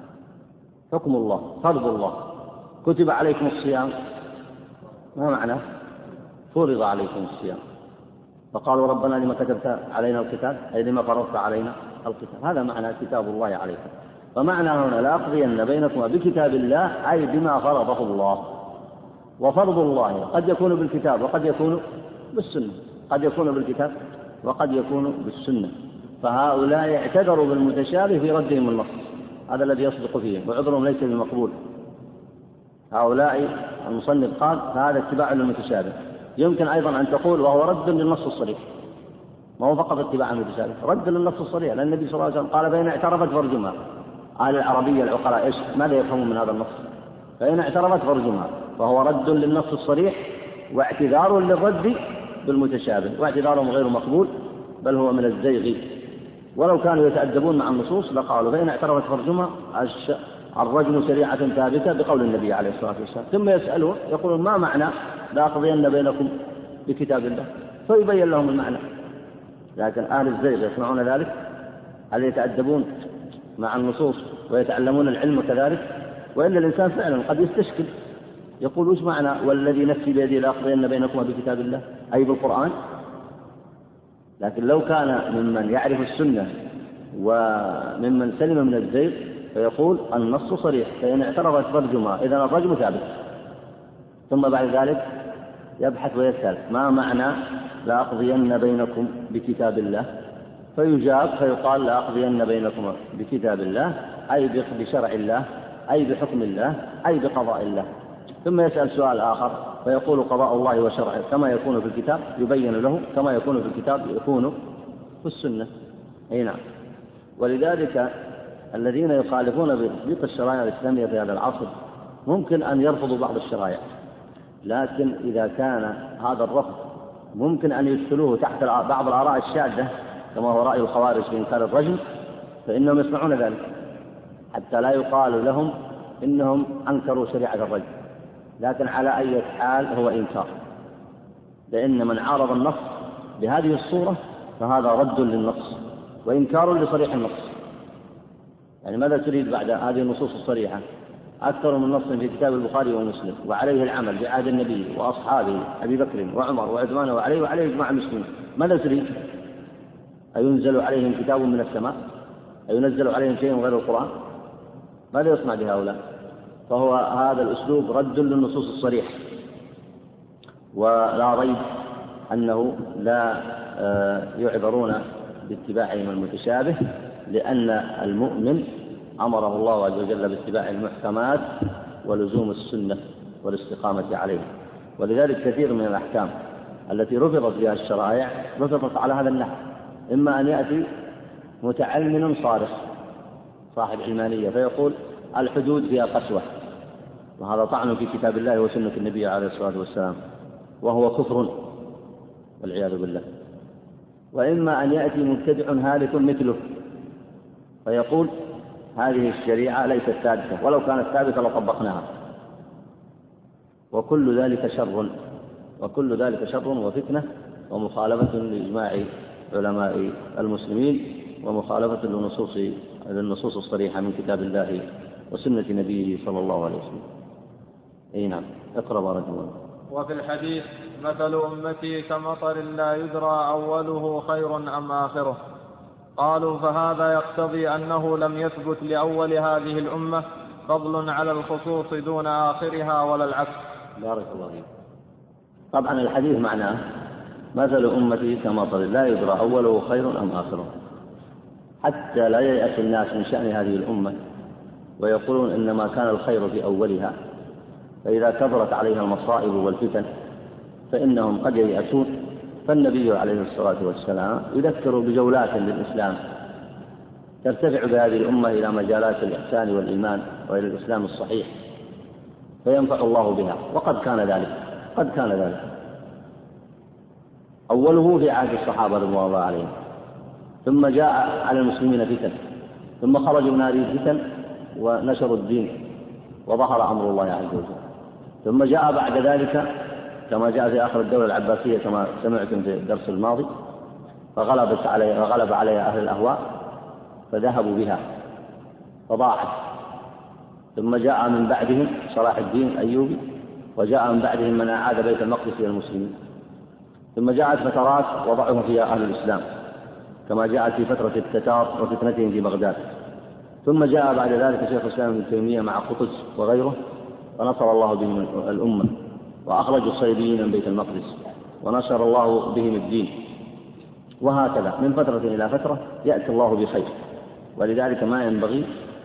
[SPEAKER 1] حكم الله، فرض الله. كتب عليكم الصيام ما معنى؟ فرض عليكم الصيام. فقالوا ربنا لما كتبت علينا القتال أي لما فرضت علينا القتال. هذا معنى كتاب الله عليكم. فمعنى هنا لأقضين بينكما بكتاب الله أي بما فرضه الله. وفرض الله قد يكون بالكتاب وقد يكون بالسنة، قد يكون بالكتاب وقد يكون بالسنة. فهؤلاء اعتذروا بالمتشابه في ردهم النص، هذا الذي يصدق فيهم، وعذرهم ليس بمقبول. هؤلاء المصنف قال هذا اتباع للمتشابه. يمكن أيضا أن تقول وهو رد للنص الصريح، ما هو فقط اتباع المتشابه، رد للنص الصريح، لأن النبي صلى الله عليه وسلم قال فإن اعترفت فارجمها. أهل العربية العقلاء إيش ماذا يفهمون من هذا النص؟ فإن اعترفت فارجمها، فهو رد للنص الصريح واعتذار للرد بالمتشابه، واعتذارهم غير مقبول بل هو من الزيغ. ولو كانوا يتأدبون مع النصوص لقالوا فإن اعترفت فارجمها الرجم شريعة ثابتة بقول النبي عليه الصلاة والسلام. ثم يسألون يقولون ما معنى لأقضين بينكم بكتاب الله، فيبين لهم المعنى. لكن أهل الزيغ يسمعون ذلك، هل يتأدبون مع النصوص ويتعلمون العلم كذلك؟ وإلا الإنسان فعلا قد يستشكل يقول وش معنى والذي نفسي بيدي لأقضين بينكم بكتاب الله أي بالقرآن؟ لكن لو كان ممن يعرف السنة وممن سلم من الزيغ فيقول النص صريح فإن اعترفت فارجمها، إذن الرجم ثابت. ثم بعد ذلك يبحث ويسأل ما معنى لأقضين بينكم بكتاب الله، فيجاب فيقال لأقضين بينكم بكتاب الله أي بشرع الله أي بحكم الله أي بقضاء الله. ثم يسأل سؤال آخر فيقول قضاء الله وشرعه كما يكون في الكتاب يبين له، كما يكون في الكتاب يكون في السنة. أي نعم. ولذلك الذين يخالفون بتطبيق الشرائع الإسلامية في هذا العصر ممكن أن يرفضوا بعض الشرائع، لكن إذا كان هذا الرفض ممكن أن يدخلوه تحت بعض الآراء الشاذة كما هو رأي الخوارج في إنكار الرجم، فإنهم يسمعون ذلك حتى لا يقال لهم إنهم أنكروا شريعة الرجم. لكن على أي حال هو إنكار، لأن من عارض النص بهذه الصورة فهذا رد للنص وإنكار لصريح النص. يعني ماذا تريد بعد هذه النصوص الصريحة؟ أكثر من نص في كتاب البخاري ومسلم وعليه العمل بعهد النبي وأصحابه أبي بكر وعمر وعثمان وعليه إجماع المسلمين. ماذا تريد؟ أينزل عليهم كتاب من السماء؟ أينزل عليهم شيء غير القرآن؟ ماذا يصنع بهؤلاء؟ فهو هذا الأسلوب رد للنصوص الصريحة. ولا ريب أنه لا يعذرون باتباعهم المتشابه، لأن المؤمن أمره الله عز وجل باتباع المحكمات ولزوم السنة والاستقامة عليه. ولذلك كثير من الأحكام التي رفضت بها الشرائع رفضت على هذا النحو، إما أن يأتي متعلم صارخ صاحب علمانية فيقول الحدود فيها قسوة، وهذا طعن في كتاب الله وسنة النبي عليه الصلاة والسلام، وهو كفر والعياذ بالله. وإما أن يأتي مبتدع هالك مثله فيقول هذه الشريعة ليست ثابتة، ولو كانت ثابتة لطبقناها. وكل ذلك شر وفتنة ومخالفة لإجماع علماء المسلمين، ومخالفة للنصوص الصريحة من كتاب الله وسنة نبيه صلى الله عليه وسلم. نعم، اقرأ بارك الله.
[SPEAKER 2] وفي الحديث مثل أمتي كمطر لا يدرى أوله خير أم آخره. قالوا فهذا يقتضي أنه لم يثبت لأول هذه الأمة فضل على الخصوص دون آخرها ولا العكس.
[SPEAKER 1] بارك الله فيك. طبعا الحديث معناه مثل أمتي كمطر لا يدرى أوله خير أم آخره، حتى لا ييأس الناس من شأن هذه الأمة ويقولون إنما كان الخير في أولها، فإذا كبرت عليها المصائب والفتن فإنهم قد ييأسون. فالنبي عليه الصلاة والسلام يذكر بجولات للإسلام ترتفع بهذه الأمة إلى مجالات الإحسان والإيمان وإلى الإسلام الصحيح، فينفع الله بها. وقد كان ذلك أوله في عهد الصحابة رضوان الله عليهم، ثم جاء على المسلمين فتن، ثم خرجوا من هذه الفتن ونشروا الدين وظهر أمر الله عز وجل. ثم جاء بعد ذلك كما جاء في آخر الدولة العباسية كما سمعتم في الدرس الماضي، فغلب عليها أهل الأهواء فذهبوا بها فضاعت. ثم جاء من بعدهم صلاح الدين الأيوبي، وجاء من بعدهم من أعاد بيت المقدس إلى المسلمين. ثم جاءت فترات وضعهم فيها أهل الإسلام كما جاءت في فترة التتار وفتنتهم في بغداد. ثم جاء بعد ذلك شيخ الإسلام ابن تيمية مع قطز وغيره، ونصر الله بهم الأمة وأخرجوا الصليبيين من بيت المقدس ونشر الله بهم الدين. وهكذا من فترة إلى فترة يأتي الله بخير. ولذلك ما ينبغي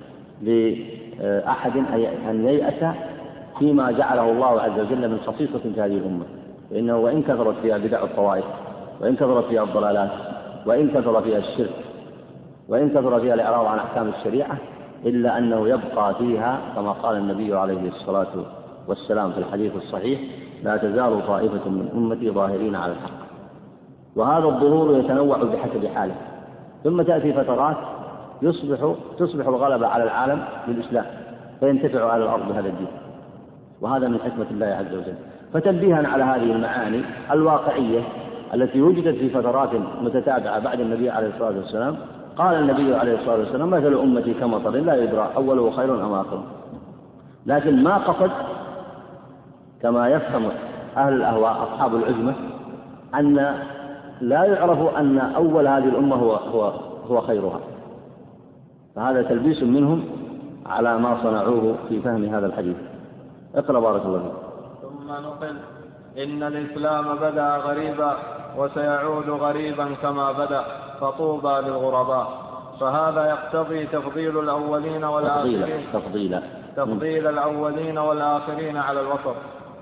[SPEAKER 1] لأحد أن ييأس فيما جعله الله عز وجل من خصيصة في هذه الأمة، فإنه وإن كثرت فيها بدع الطوائف، وإن كثرت فيها الضلالات، وإن كثر فيها الشرك، وإن كثر فيها الإعراض عن أحكام الشريعة، إلا أنه يبقى فيها كما قال النبي عليه الصلاة والسلام في الحديث الصحيح لا تزال طائفة من أمتي ظاهرين على الحق. وهذا الظهور يتنوع بحسب حاله. ثم تأتي فترات تصبح الغلبة على العالم للإسلام فينتفع على الأرض بهذا الدين، وهذا من حكمة الله عز وجل. فتنبيها على هذه المعاني الواقعية التي وجدت في فترات متتابعة بعد النبي عليه الصلاة والسلام، قال النبي عليه الصلاة والسلام مثل أمتي كمطر لا يدرى أوله خير أم آخره. لكن ما قصد كما يفهم أهل الأهواء أصحاب العزمة أن لا يعرف أن أول هذه الأمة هو خيرها، فهذا تلبيس منهم على ما صنعوه في فهم هذا الحديث. اقرأ بارك الله فيك.
[SPEAKER 2] ثم نقل إن الإسلام بدأ غريبا وسيعود غريبا كما بدأ فطوبى للغرباء. فهذا يقتضي تفضيل الأولين والآخرين تفضيل الأولين والآخرين على الوسط.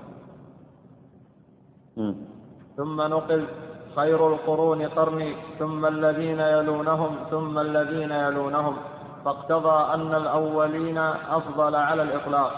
[SPEAKER 2] ثم نقل خير القرون قرني ثم الذين يلونهم ثم الذين يلونهم، فاقتضى أن الأولين أفضل على الإطلاق.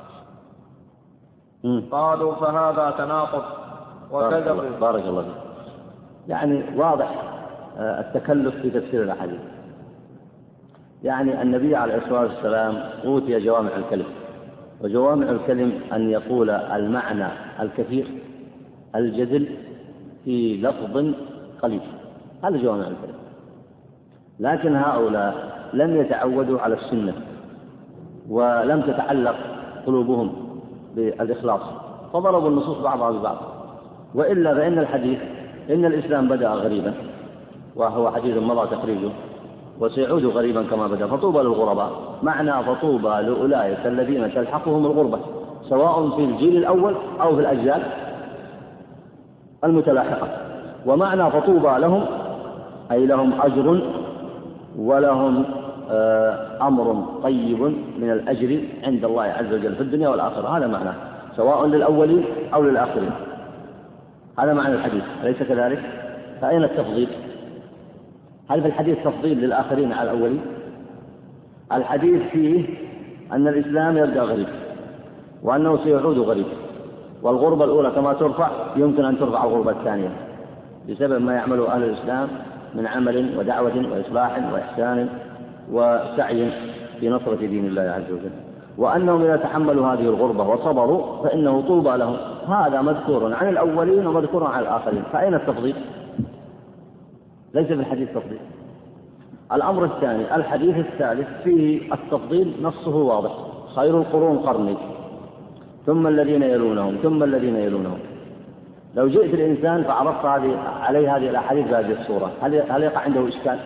[SPEAKER 2] قالوا فهذا تناقض وكذبوا.
[SPEAKER 1] بارك الله فيك. يعني واضح التكلف في تفسير الأحاديث. يعني النبي عليه الصلاة والسلام أوتي جوامع الكلم، وجوامع الكلم أن يقول المعنى الكثير الجزل في لفظ قليل، هذا جوامع الكلم. لكن هؤلاء لم يتعودوا على السنة ولم تتعلق قلوبهم بالإخلاص، فضربوا النصوص بعضها ببعض. وإلا فإن الحديث إن الإسلام بدأ غريبا، وهو حديث مضى تخريجه، وسيعود غريبا كما بدأ فطوبى للغرباء. معنى فطوبى لأولئك الذين تلحقهم الغربة سواء في الجيل الأول أو في الأجيال المتلاحقة. ومعنى فطوبى لهم أي لهم أجر ولهم أمر طيب من الأجر عند الله عز وجل في الدنيا والآخرة. هذا معناه سواء للأولين أو للآخرين. هذا معنى الحديث، أليس كذلك؟ فأين التفضيل؟ هل في الحديث تفضيل للآخرين على الأولين؟ الحديث فيه أن الإسلام يبدأ غريب وأنه سيعود غريب، والغربة الأولى كما ترفع يمكن أن ترفع الغربة الثانية بسبب ما يعمله أهل الإسلام من عمل ودعوة وإصلاح وإحسان وسعي في نصرة دين الله عز وجل، وأنهم إذا تحملوا هذه الغربة وصبروا فإنه طوبى لهم. هذا مذكور عن الأولين ومذكور عن الآخرين. فأين التفضيل؟ ليس في الحديث تفضيل. الأمر الثاني، الحديث الثالث فيه التفضيل نصه واضح: خير القرون قرني ثم الذين يلونهم ثم الذين يلونهم. لو جئت الإنسان فعرضت عليه هذه الأحاديث بهذه الصورة، هل يقع عنده إشكال؟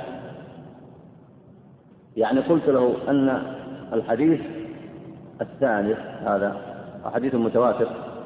[SPEAKER 1] يعني قلت له أن الحديث الثالث هذا حديث متواتر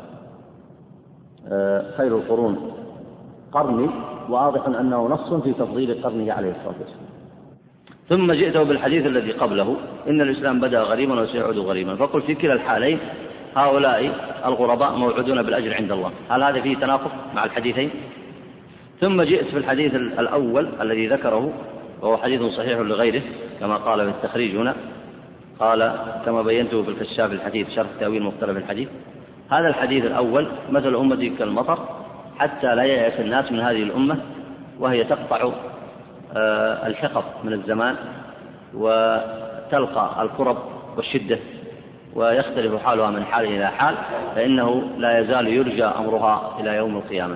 [SPEAKER 1] خير القرون قرني، واضح أنه نص في تفضيل قرنه عليه الصلاة والسلام. ثم جئته بالحديث الذي قبله: إن الإسلام بدأ غريبا وسيعود غريبا. فقل في كلا الحالين هؤلاء الغرباء موعودون بالأجر عند الله. هل هذا فيه تناقض مع الحديثين؟ ثم جئت في الحديث الأول الذي ذكره وهو حديث صحيح لغيره كما قال في التخريج هنا، قال كما بينته في الكشاف الحديث شرح تأويل مختلف الحديث. هذا الحديث الأول: مثل أمتي كالمطر حتى لا ييأس الناس من هذه الأمة وهي تقطع الحقب من الزمان وتلقى الكرب والشدة ويختلف حالها من حال إلى حال، فإنه لا يزال يرجى أمرها إلى يوم القيامة.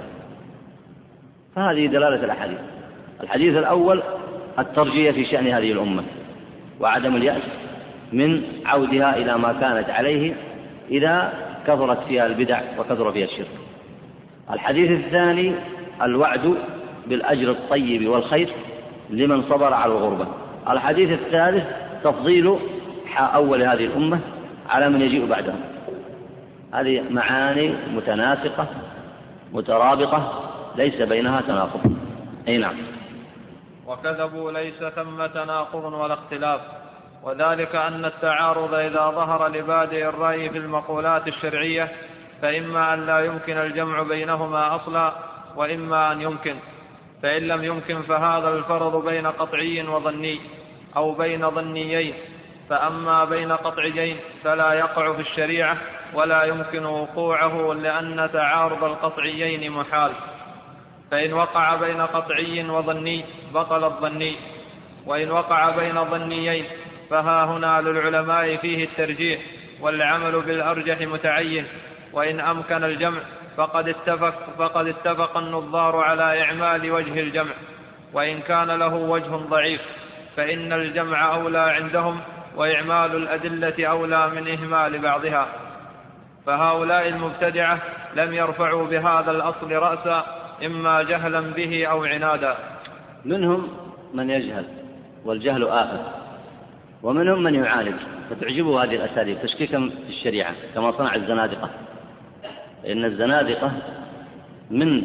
[SPEAKER 1] فهذه دلالة الأحاديث. الحديث الأول الترجية في شأن هذه الأمة وعدم اليأس من عودها إلى ما كانت عليه إذا كثرت فيها البدع وكثر فيها الشرك. الحديث الثاني الوعد بالأجر الطيب والخير لمن صبر على الغربة. الحديث الثالث تفضيل أول هذه الأمة على من يجيء بعدهم. هذه معاني متناسقة مترابطة ليس بينها تناقض. أي نعم.
[SPEAKER 2] وكذبوا ليس ثم تناقض ولا اختلاف، وذلك أن التعارض إذا ظهر لبادئ الرأي في المقولات الشرعية فإما أن لا يمكن الجمع بينهما أصلا وإما أن يمكن، فإن لم يمكن فهذا الفرض بين قطعي وظني أو بين ظنيين. فأما بين قطعيين فلا يقع في الشريعة ولا يمكن وقوعه لأن تعارض القطعيين محال، فإن وقع بين قطعي وظني بطل الظني، وإن وقع بين ظنيين فها هنا للعلماء فيه الترجيح والعمل بالأرجح متعين. وإن أمكن الجمع فقد اتفق النظار على إعمال وجه الجمع، وإن كان له وجه ضعيف فإن الجمع أولى عندهم وإعمال الأدلة أولى من إهمال بعضها. فهؤلاء المبتدعة لم يرفعوا بهذا الأصل رأسا إما جهلا به أو عنادا.
[SPEAKER 1] منهم من يجهل والجهل آفة، ومنهم من يعالج فتعجبه هذه الأساليب تشكيكا في الشريعة كما صنع الزنادقة. إن الزنادقة من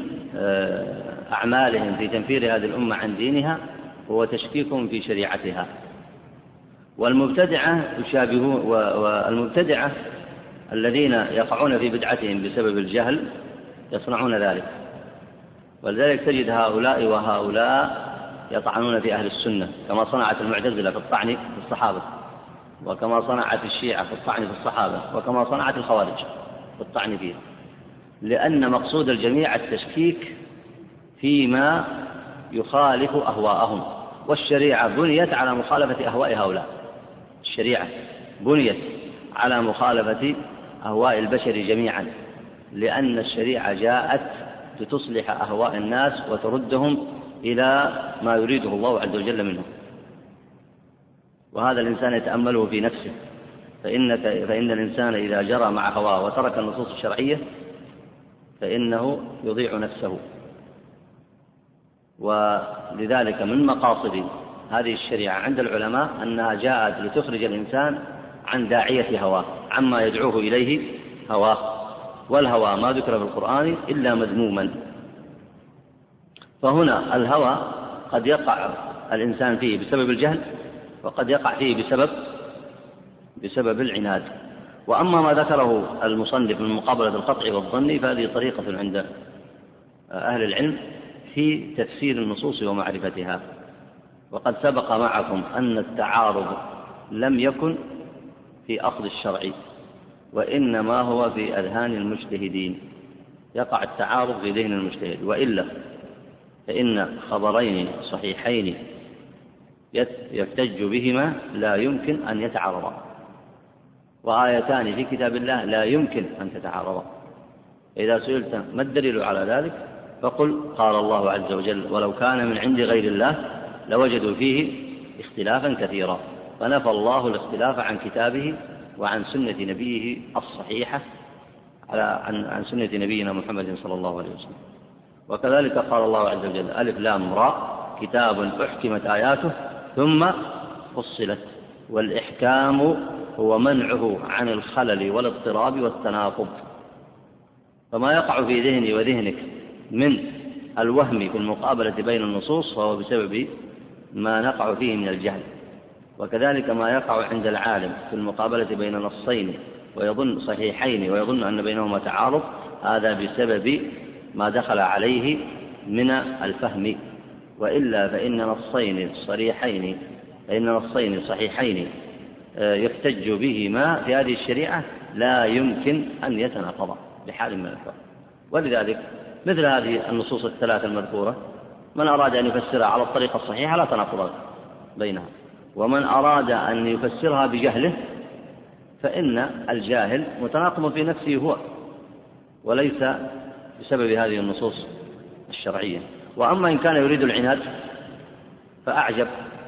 [SPEAKER 1] أعمالهم في تنفير هذه الأمة عن دينها هو تشكيكهم في شريعتها. والمبتدعة يشابهون، والمبتدعة الذين يقعون في بدعتهم بسبب الجهل يصنعون ذلك. ولذلك تجد هؤلاء وهؤلاء يطعنون في أهل السنة كما صنعت المعتزلة في الطعن في الصحابة، وكما صنعت الشيعة في الطعن في الصحابة، وكما صنعت الخوارج في الطعن فيه، لأن مقصود الجميع التشكيك فيما يخالف أهواءهم. والشريعة بنيت على مخالفة أهواء هؤلاء. الشريعة بنيت على مخالفة أهواء البشر جميعا، لأن الشريعة جاءت لتصلح أهواء الناس وتردهم إلى ما يريده الله عز وجل منهم. وهذا الإنسان يتأمله في نفسه، فإن الإنسان إذا جرى مع هواه وترك النصوص الشرعية فإنه يضيع نفسه. ولذلك من مقاصد هذه الشريعة عند العلماء أنها جاءت لتخرج الإنسان عن داعية هواه، عما يدعوه إليه هواه. والهوى ما ذكر في القرآن إلا مذموما، فهنا الهوى قد يقع الإنسان فيه بسبب الجهل، وقد يقع فيه بسبب العناد. وأما ما ذكره المصنف من مقابلة القطع والظن فهذه طريقة عند أهل العلم في تفسير النصوص ومعرفتها. وقد سبق معكم أن التعارض لم يكن في أصل الشرع، وإنما هو في أذهان المجتهدين، يقع التعارض في ذهن المجتهد، وإلا فإن خبرين صحيحين يحتج بهما لا يمكن أن يتعارضا، وآيتان في كتاب الله لا يمكن أن تتعارضا. إذا سئلت ما الدليل على ذلك فقل قال الله عز وجل ولو كان من عند غير الله لوجدوا فيه اختلافا كثيرا، فنفى الله الاختلاف عن كتابه وعن سنة نبيه الصحيحة عن سنة نبينا محمد صلى الله عليه وسلم. وكذلك قال الله عز وجل ألف لام راء كتاب أحكمت آياته ثم فصلت، والإحكام هو منعه عن الخلل والاضطراب والتناقض. فما يقع في ذهني وذهنك من الوهم في المقابلة بين النصوص فهو بسبب ما نقع فيه من الجهل، وكذلك ما يقع عند العالم في المقابلة بين نصين ويظن صحيحين ويظن أن بينهما تعارض، هذا بسبب ما دخل عليه من الفهم. وإلا فإن نصين صحيحين يحتج بهما في هذه الشريعة لا يمكن أن يتناقضا بحال من الأحوال. ولذلك مثل هذه النصوص الثلاث المذكورة من أراد أن يفسرها على الطريقة الصحيحة لا تناقض بينها، ومن أراد أن يفسرها بجهله فإن الجاهل متناقض في نفسه هو وليس بسبب هذه النصوص الشرعية. وأما إن كان يريد العناد فأعجب،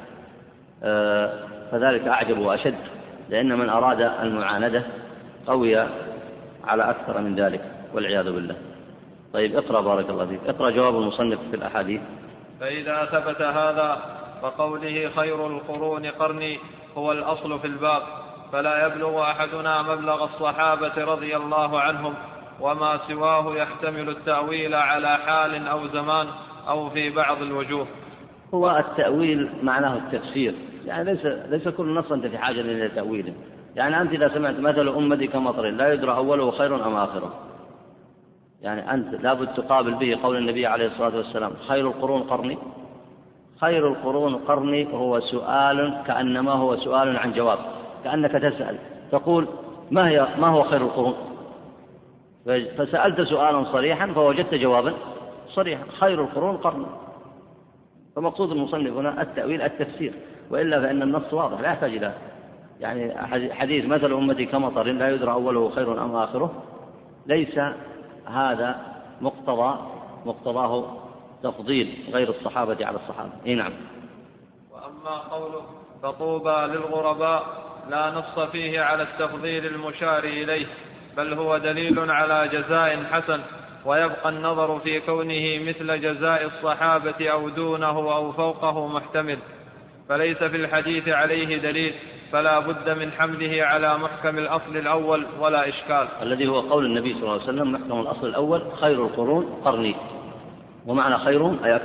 [SPEAKER 1] فذلك أعجب وأشد، لأن من أراد المعاندة قوي على أكثر من ذلك والعياذ بالله. طيب اقرأ بارك الله فيك، اقرأ جواب المصنف في الأحاديث.
[SPEAKER 2] فإذا ثبت هذا فقوله خير القرون قرني هو الأصل في الباب، فلا يبلغ أحدنا مبلغ الصحابة رضي الله عنهم، وما سواه يحتمل التأويل على حال أو زمان أو في بعض الوجوه.
[SPEAKER 1] هو التأويل معناه التفسير، يعني ليس كل نص أنت في حاجة إلى تأويله. يعني أنت إذا سمعت مثل أمتي كمطر لا يدرى أوله خير أم آخره، يعني أنت لابد تقابل به قول النبي عليه الصلاة والسلام خير القرون قرني. خير القرون قرني هو سؤال كأنما هو سؤال عن جواب، كأنك تسأل تقول ما هو خير القرون، فسألت سؤالا صريحا فوجدت جوابا صريحا، خير القرون قرني. فمقصود المصنف هنا التأويل التفسير، وإلا فإن النص واضح لا يحتاج إلى يعني حديث مثل أمتي كمطر لا يدرى أوله خير أم آخره، ليس هذا مقتضاه تفضيل غير الصحابة على الصحابة. نعم.
[SPEAKER 2] وأما قوله فطوبى للغرباء لا نص فيه على التفضيل المشار إليه، بل هو دليل على جزاء حسن، ويبقى النظر في كونه مثل جزاء الصحابة أو دونه أو فوقه محتمل، فليس في الحديث عليه دليل، فلا بد من حمله على محكم الأصل الأول ولا إشكال،
[SPEAKER 1] الذي هو قول النبي صلى الله عليه وسلم محكم الأصل الأول خير القرون قرني، ومعنى خيرهم أي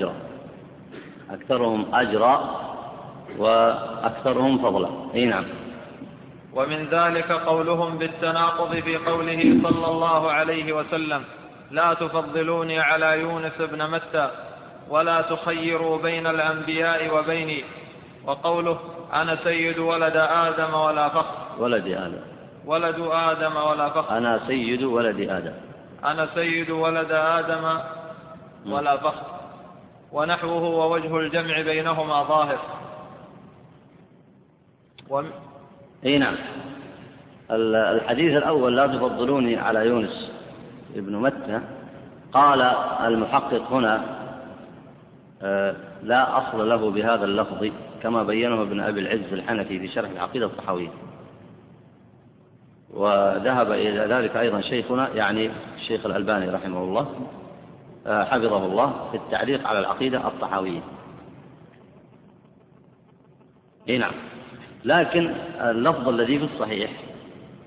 [SPEAKER 1] أكثرهم أجرا وأكثرهم فضلا. نعم.
[SPEAKER 2] ومن ذلك قولهم بالتناقض في قوله صلى الله عليه وسلم لا تفضلوني على يونس بن متى ولا تخيروا بين الأنبياء وبيني، وقوله أنا سيد ولد آدم ولا فخر. ولد آدم ولا فخر.
[SPEAKER 1] أنا سيد ولد آدم
[SPEAKER 2] ولا فخر. ونحوه ووجه الجمع بينهما ظاهر.
[SPEAKER 1] نعم. الحديث الأول لا تفضلوني على يونس ابن متى، قال المحقق هنا لا أصل له بهذا اللفظ كما بينه ابن أبي العز الحنفي في شرح العقيدة الطحاوية، وذهب إلى ذلك أيضا شيخنا يعني الشيخ الألباني رحمه الله حفظه الله في التعليق على العقيدة الطحاوية. نعم. لكن اللفظ الذي في الصحيح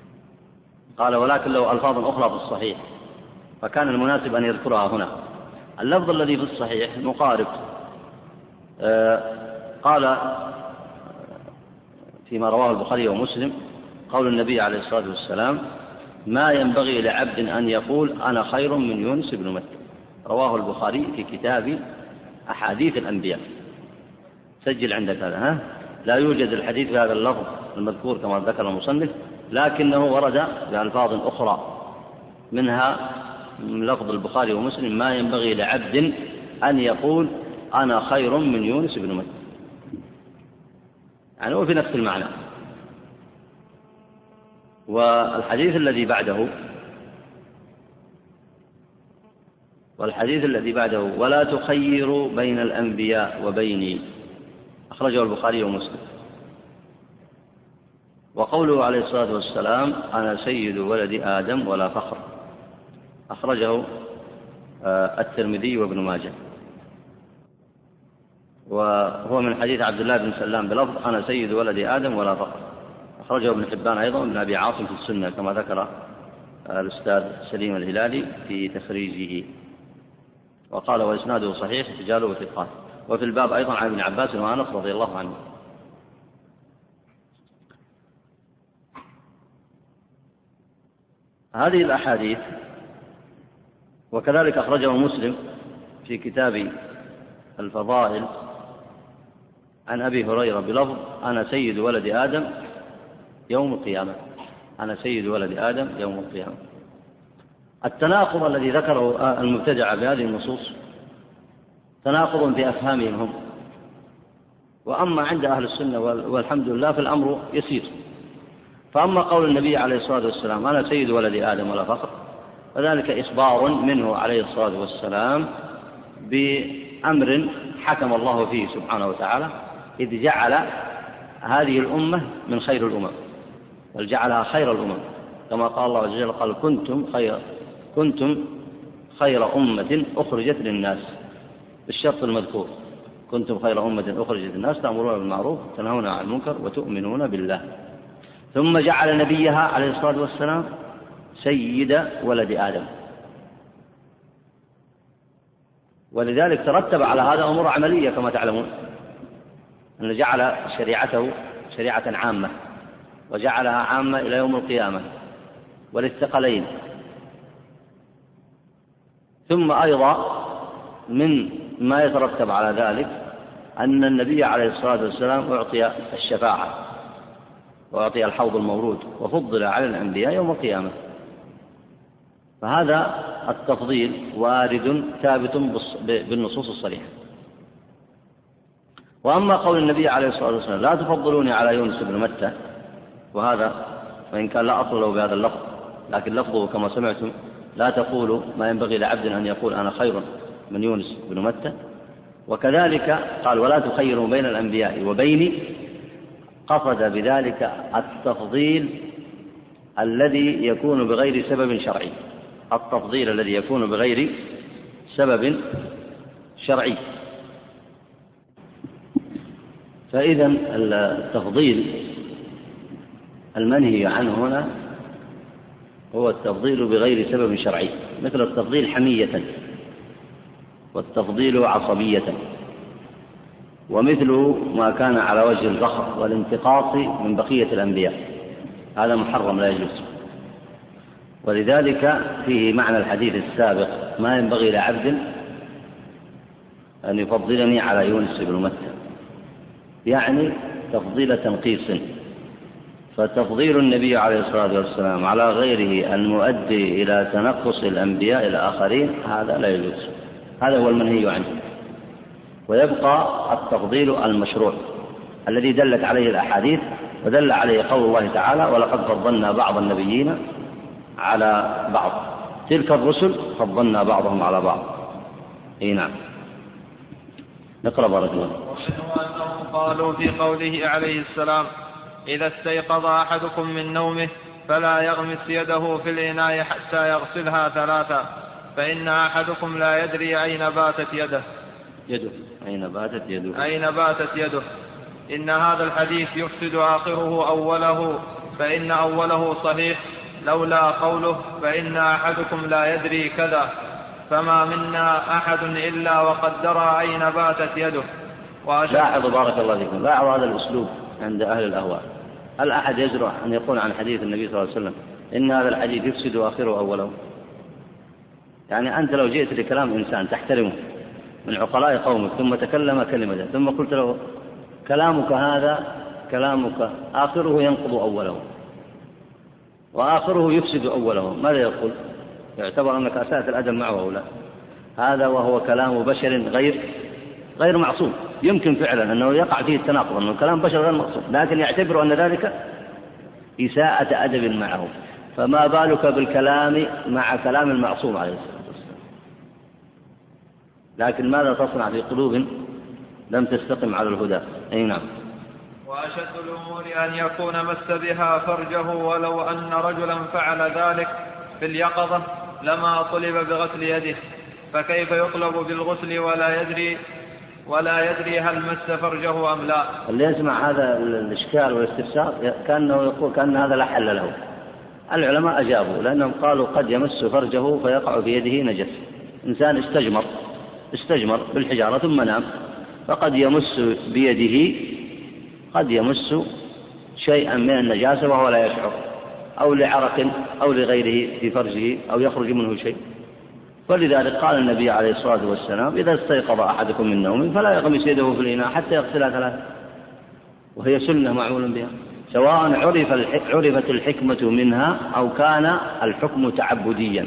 [SPEAKER 1] قال ولكن له ألفاظ أخرى في الصحيح، فكان المناسب أن يذكرها هنا، اللفظ الذي في الصحيح مقارب. قال فيما رواه البخاري ومسلم قول النبي عليه الصلاة والسلام: ما ينبغي لعبد أن يقول أنا خير من يونس بن متى. رواه البخاري في كتاب أحاديث الأنبياء. سجل عندك هذا. لا يوجد الحديث بهذا اللفظ المذكور كما ذكر المصنف، لكنه ورد بألفاظ أخرى، منها من لفظ البخاري ومسلم: ما ينبغي لعبد أن يقول أنا خير من يونس بن متى، يعني هو في نفس المعنى. والحديث الذي بعده ولا تخيروا بين الأنبياء وبيني، أخرجه البخاري ومسلم. وقوله عليه الصلاة والسلام: أنا سيد ولد آدم ولا فخر، أخرجه الترمذي وابن ماجه، وهو من حديث عبد الله بن سلام بلفظ: أنا سيد ولد آدم ولا فخر، أخرجه ابن حبان أيضا وابن أبي عاصم في السنة كما ذكر الأستاذ سليم الهلالي في تخريجه، وقال وإسناده صحيح رجاله وثقات. وفي الباب أيضا عن ابن عباس وأنس رضي الله عنه. هذه الأحاديث وكذلك أخرجه مسلم في كتاب الفضائل عن أبي هريرة بلفظ: أنا سيد ولد آدم يوم القيامة، أنا سيد ولد آدم يوم القيامة. التناقض الذي ذكره المبتدع بهذه النصوص تناقض في أفهامهم هم، وأما عند أهل السنة والحمد لله فالأمر يسير. فأما قول النبي عليه الصلاة والسلام: أنا سيد ولد آدم ولا فخر، وذلك إخبار منه عليه الصلاة والسلام بأمر حكم الله فيه سبحانه وتعالى، إذ جعل هذه الأمة من خير الأمم، بل جعلها خير الأمم، كما قال الله عز وجل: قال كنتم خير أمة أخرجت للناس، بالشرط المذكور: كنتم خير أمة أخرجت للناس تأمرون بالمعروف وتنهون عن المنكر وتؤمنون بالله. ثم جعل نبيها عليه الصلاة والسلام سيد ولد آدم، ولذلك ترتب على هذا أمور عملية كما تعلمون، أن جعل شريعته شريعة عامة، وجعلها عامة إلى يوم القيامة وللثقلين. ثم أيضا من ما يترتب على ذلك أن النبي عليه الصلاة والسلام أعطي الشفاعة وأعطي الحوض المورود، وفضل على الأنبياء يوم القيامة. فهذا التفضيل وارد ثابت بالنصوص الصريحة. وأما قول النبي عليه الصلاة والسلام: لا تفضلوني على يونس بن متى، وهذا وإن كان لا أصل له بهذا اللفظ، لكن لفظه كما سمعتم: لا تقولوا ما ينبغي لعبد أن يقول أنا خير من يونس بن متى. وكذلك قال: ولا تخيروا بين الأنبياء وبيني، قصد بذلك التفضيل الذي يكون بغير سبب شرعي، التفضيل الذي يكون بغير سبب شرعي. فإذا التفضيل المنهي عنه هنا هو التفضيل بغير سبب شرعي، مثل التفضيل حمية، والتفضيل عصبية، ومثل ما كان على وجه الفخر والانتقاص من بقية الأنبياء، هذا محرم لا يجوز. ولذلك فيه معنى الحديث السابق: ما ينبغي لعبد أن يفضلني على يونس بن متى، يعني تفضيل تنقيص. فتفضيل النبي عليه الصلاة والسلام على غيره المؤدي إلى تنقص الأنبياء الآخرين هذا لا يجوز، هذا هو المنهي عنه. ويبقى التفضيل المشروع الذي دلت عليه الأحاديث، ودل عليه قول الله تعالى: ولقد فضلنا بعض النبيين على بعض، تلك الرسل فضلنا بعضهم على بعض. نعم. نقرأ بارك الله.
[SPEAKER 2] قالوا في قوله عليه السلام: إذا استيقظ أحدكم من نومه فلا يغمس يده في الإناء حتى يغسلها ثلاثا، فإن أحدكم لا يدري أين باتت يده. إن هذا الحديث يفسد آخره أوله، فإن أوله صحيح لولا قوله: فإن أحدكم لا يدري كذا، فما منا أحد إلا وقد درى أين باتت يده.
[SPEAKER 1] لاحظوا بارك الله فيكم، لاحظوا هذا الأسلوب عند أهل الأهواء. هل أحد يجرؤ أن يقول عن حديث النبي صلى الله عليه وسلم إن هذا الحديث يفسد آخره أوله؟ يعني أنت لو جئت لكلام إنسان تحترمه من عقلاء قومك ثم تكلم كلمة ثم قلت له كلامك هذا كلامك آخره ينقض أوله وآخره يفسد أوله، ماذا يقول؟ يعتبر أنك أسأت الأدب معه أو لا؟ هذا وهو كلام بشر غير معصوم، يمكن فعلا أنه يقع فيه التناقض، أنه كلام بشر غير معصوم، لكن يعتبر أن ذلك إساءة أدب معه، فما بالك بالكلام مع كلام المعصوم عليه الصلاة والسلام. لكن ماذا تصنع في قلوب لم تستقم على الهدى؟ أي نعم.
[SPEAKER 2] وأشد الأمور أن يكون مس بها فرجه، ولو أن رجلا فعل ذلك في اليقظة لما طلب بغسل يده، فكيف يطلب بالغسل ولا يدري هل مس فرجه أم لا؟
[SPEAKER 1] اللي يسمع هذا الإشكال والاستفسار كأنه يقول كأن هذا لا حل له. العلماء أجابوا لأنهم قالوا قد يمس فرجه فيقع في يده نجس. إنسان استجمر بالحجارة ثم نام، فقد يمس بيده، قد يمس شيئا من النجاسة وهو لا يشعر، أو لعرق أو لغيره في فرجه أو يخرج منه شيء. ولذلك قال النبي عليه الصلاة والسلام إذا استيقظ أحدكم من نومه فلا يغمس يده في الإناء حتى يغسلها ثلاثة، وهي سنة معمول بها، سواء عرفت الحكمة منها أو كان الحكم تعبديا،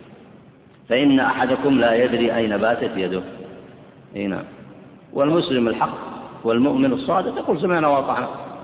[SPEAKER 1] فإن أحدكم لا يدري أين باتت يده. نعم. والمسلم الحق والمؤمن الصادق يقول سمعنا وأطعنا،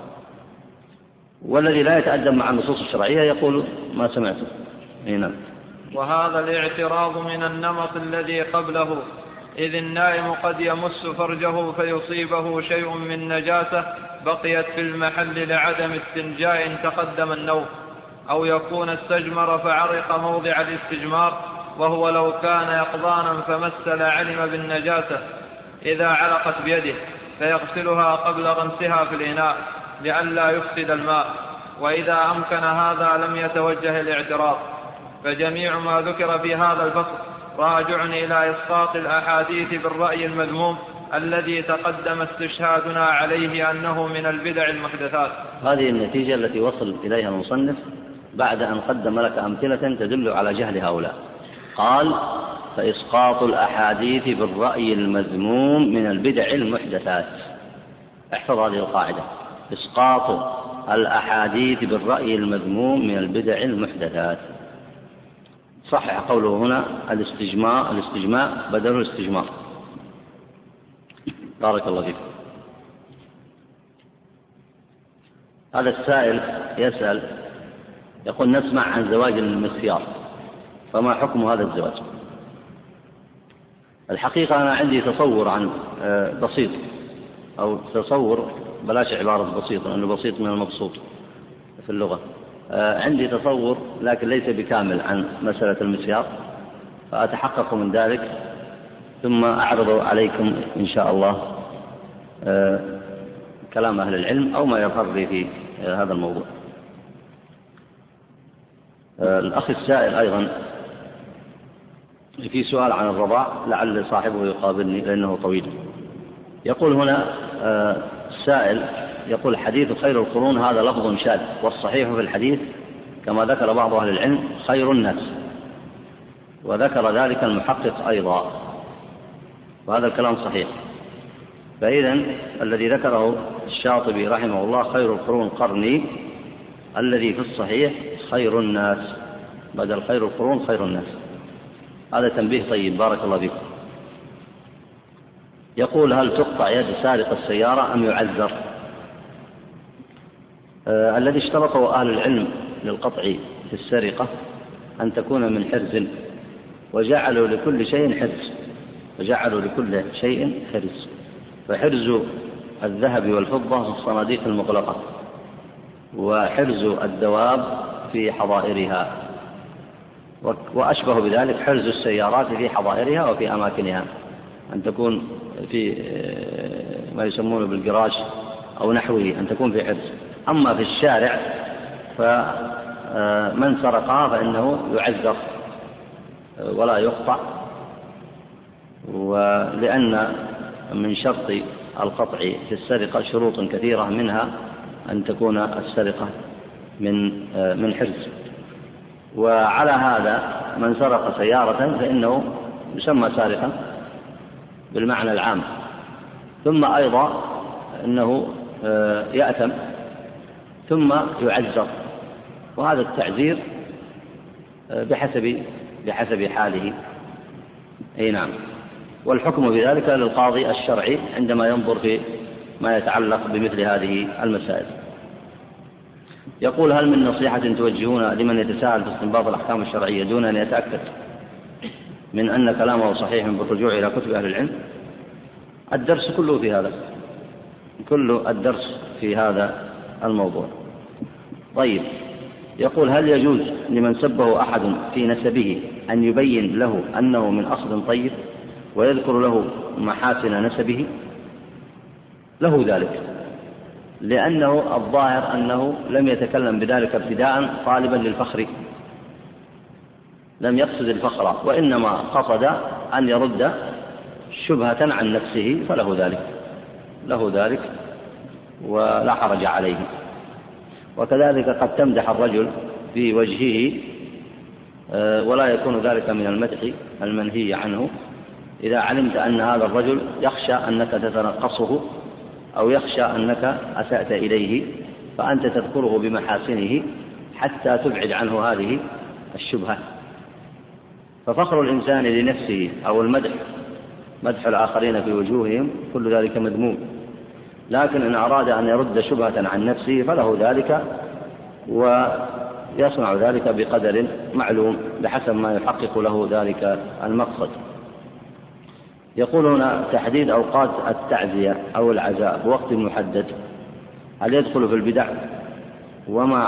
[SPEAKER 1] والذي لا يتأدب مع النصوص الشرعية يقول ما سمعته. نعم.
[SPEAKER 2] وهذا الاعتراض من النمط الذي قبله، إذ النائم قد يمس فرجه فيصيبه شيء من نجاسة بقيت في المحل لعدم استنجاء تقدم النوم، أو يكون استجمر فعرق موضع الاستجمار، وهو لو كان يقظانا فمس لعلم بالنجاسة إذا علقت بيده، فيغسلها قبل غمسها في الإناء لئلا يفسد الماء، وإذا أمكن هذا لم يتوجه الاعتراض. فجميع ما ذكر في هذا الفصل راجع إلى إسقاط الأحاديث بالرأي المذموم الذي تقدم استشهادنا عليه أنه من البدع المحدثات.
[SPEAKER 1] هذه النتيجة التي وصل إليها المصنف بعد أن قدم لك أمثلة تدل على جهل هؤلاء. قال فإسقاط الأحاديث بالرأي المذموم من البدع المحدثات. احفظ هذه القاعدة، إسقاط الأحاديث بالرأي المذموم من البدع المحدثات. صحح قوله هنا الاستجماع بدل الاستجمار. بارك الله فيكم. هذا السائل يسأل يقول نسمع عن زواج المسيار، فما حكم هذا الزواج؟ الحقيقة أنا عندي تصور عن بسيط، أو تصور بلاش عبارة بسيط لأنه بسيط من المبسوط في اللغة. عندي تصور لكن ليس بكامل عن مسألة المسيار، فأتحقق من ذلك ثم أعرض عليكم إن شاء الله كلام أهل العلم أو ما يظهر لي في هذا الموضوع. الأخ السائل أيضا في سؤال عن الرضاع، لعل صاحبه يقابلني لأنه طويل. يقول هنا السائل يقول حديث خير القرون هذا لفظ شاذ، والصحيح في الحديث كما ذكر بعض أهل العلم خير الناس، وذكر ذلك المحقق أيضا، وهذا الكلام صحيح. فإذا الذي ذكره الشاطبي رحمه الله خير القرون قرني، الذي في الصحيح خير الناس، بدل خير القرون خير الناس. هذا تنبيه طيب، بارك الله فيكم. يقول هل تقطع يد سارق السيارة أم يعذر؟ الذي اشترطه أهل العلم للقطع في السرقة أن تكون من حرز، وجعلوا لكل شيء حرز، فحرز الذهب والفضة في الصناديق المغلقة، وحرز الدواب في حظائرها، وأشبه بذلك حرز السيارات في حظائرها وفي أماكنها، أن تكون في ما يسمونه بالجراج أو نحوه، أن تكون في حرز. أما في الشارع فمن سرقها فإنه يعذر ولا يقطع، ولأن من شرط القطع في السرقة شروط كثيرة، منها أن تكون السرقة من حرز. وعلى هذا من سرق سيارة فإنه يسمى سارقا بالمعنى العام، ثم أيضا أنه يأثم ثم يعزر، وهذا التعزير بحسب حاله. أي نعم. والحكم بذلك للقاضي الشرعي عندما ينظر في ما يتعلق بمثل هذه المسائل. يقول: هل من نصيحة توجهون لمن يتساهل في استنباط الأحكام الشرعية دون أن يتأكد من أن كلامه صحيح بالرجوع إلى كتب أهل العلم؟ الدرس كله في هذا، كل الدرس في هذا الموضوع. طيب، يقول: هل يجوز لمن سبه أحد في نسبه أن يبين له أنه من أصل طيب ويذكر له محاسن نسبه؟ له ذلك، لأنه الظاهر أنه لم يتكلم بذلك ابتداء طالبا للفخر، لم يقصد الفخر، وإنما قصد أن يرد شبهة عن نفسه، فله ذلك ولا حرج عليه. وكذلك قد تمدح الرجل في وجهه ولا يكون ذلك من المدح المنهي عنه، إذا علمت أن هذا الرجل يخشى أنك تتنقصه أو يخشى أنك أسأت إليه، فأنت تذكره بمحاسنه حتى تبعد عنه هذه الشبهة. ففخر الإنسان لنفسه أو مدح الآخرين في وجوههم كل ذلك مذموم، لكن إن أراد أن يرد شبهة عن نفسه فله ذلك، ويصنع ذلك بقدر معلوم بحسب ما يحقق له ذلك المقصد. يقول هنا: تحديد أوقات التعزية أو العزاء بوقت محدد هل يدخل في البدع؟ وما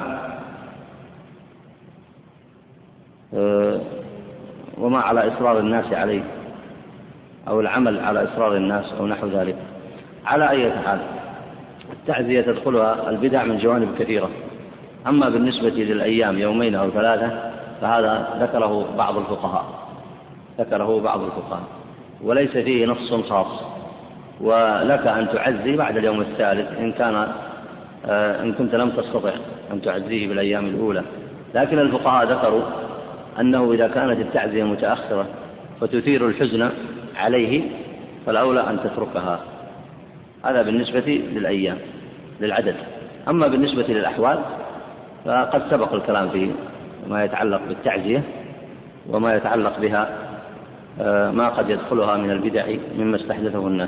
[SPEAKER 1] على إصرار الناس عليه أو العمل على إصرار الناس أو نحو ذلك. على أي حال، التعزية تدخلها البدع من جوانب كثيرة. أما بالنسبة للأيام 2 أو 3 فهذا ذكره بعض الفقهاء وليس فيه نص خاص، ولك أن تعزي بعد اليوم الثالث إن كنت لم تستطع أن تعزيه بالأيام الأولى. لكن الفقهاء ذكروا أنه إذا كانت التعزية متأخرة فتثير الحزن عليه فالأولى أن تتركها. هذا بالنسبة للأيام للعدد. أما بالنسبة للأحوال فقد سبق الكلام في ما يتعلق بالتعزية وما يتعلق بها ما قد يدخلها من البدع مما استحدثه الناس.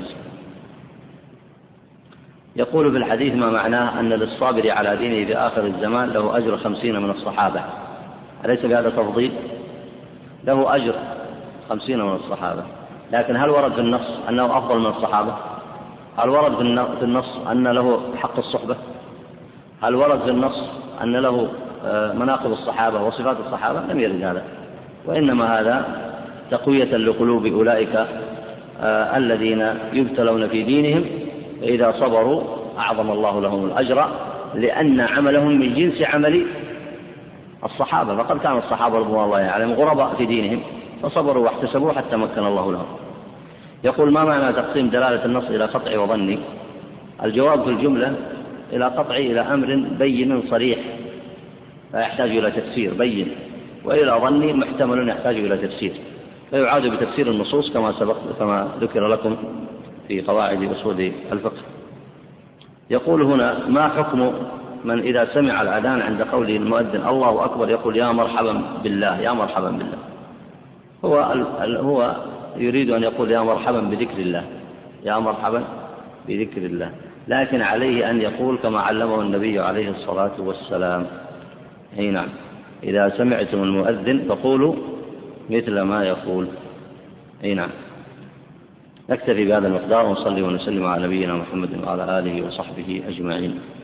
[SPEAKER 1] يقول في الحديث: ما معناه أن للصابر على دينه في آخر الزمان له أجر 50 من الصحابة؟ أليس بهذا تفضيل؟ له أجر 50 من الصحابة، لكن هل ورد في النص أنه أفضل من الصحابة؟ هل ورد في النص أن له حق الصحبة؟ هل ورد في النص أن له مناقب الصحابة وصفات الصحابة؟ لم يرد هذا، وإنما هذا تقوية لقلوب أولئك الذين يبتلون في دينهم، فإذا صبروا أعظم الله لهم الأجر، لأن عملهم من جنس عمل الصحابة، فقد كان الصحابة رضوان الله عليهم غرباء في دينهم فصبروا واحتسبوا حتى مكن الله لهم. يقول: ما معنى تقسيم دلالة النص إلى قطعي وظني؟ الجواب في الجملة: إلى قطعي إلى أمر بين صريح لا يحتاج إلى تفسير بين، وإلى ظني محتمل يحتاج إلى تفسير، فيعاد بتفسير النصوص كما ذكر لكم في قواعد أصول الفقه. يقول هنا: ما حكم من إذا سمع الأذان عند قول المؤذن الله أكبر يقول يا مرحبا بالله يا مرحبا بالله؟ هو يريد أن يقول يا مرحبا بذكر الله، يا مرحبا بذكر الله، لكن عليه أن يقول كما علمه النبي عليه الصلاة والسلام. أي نعم: إذا سمعتم المؤذن فقولوا مثل ما يقول. أي نعم. نكتفي بهذا المقدار ونصلي ونسلم على نبينا محمد وعلى آله وصحبه أجمعين.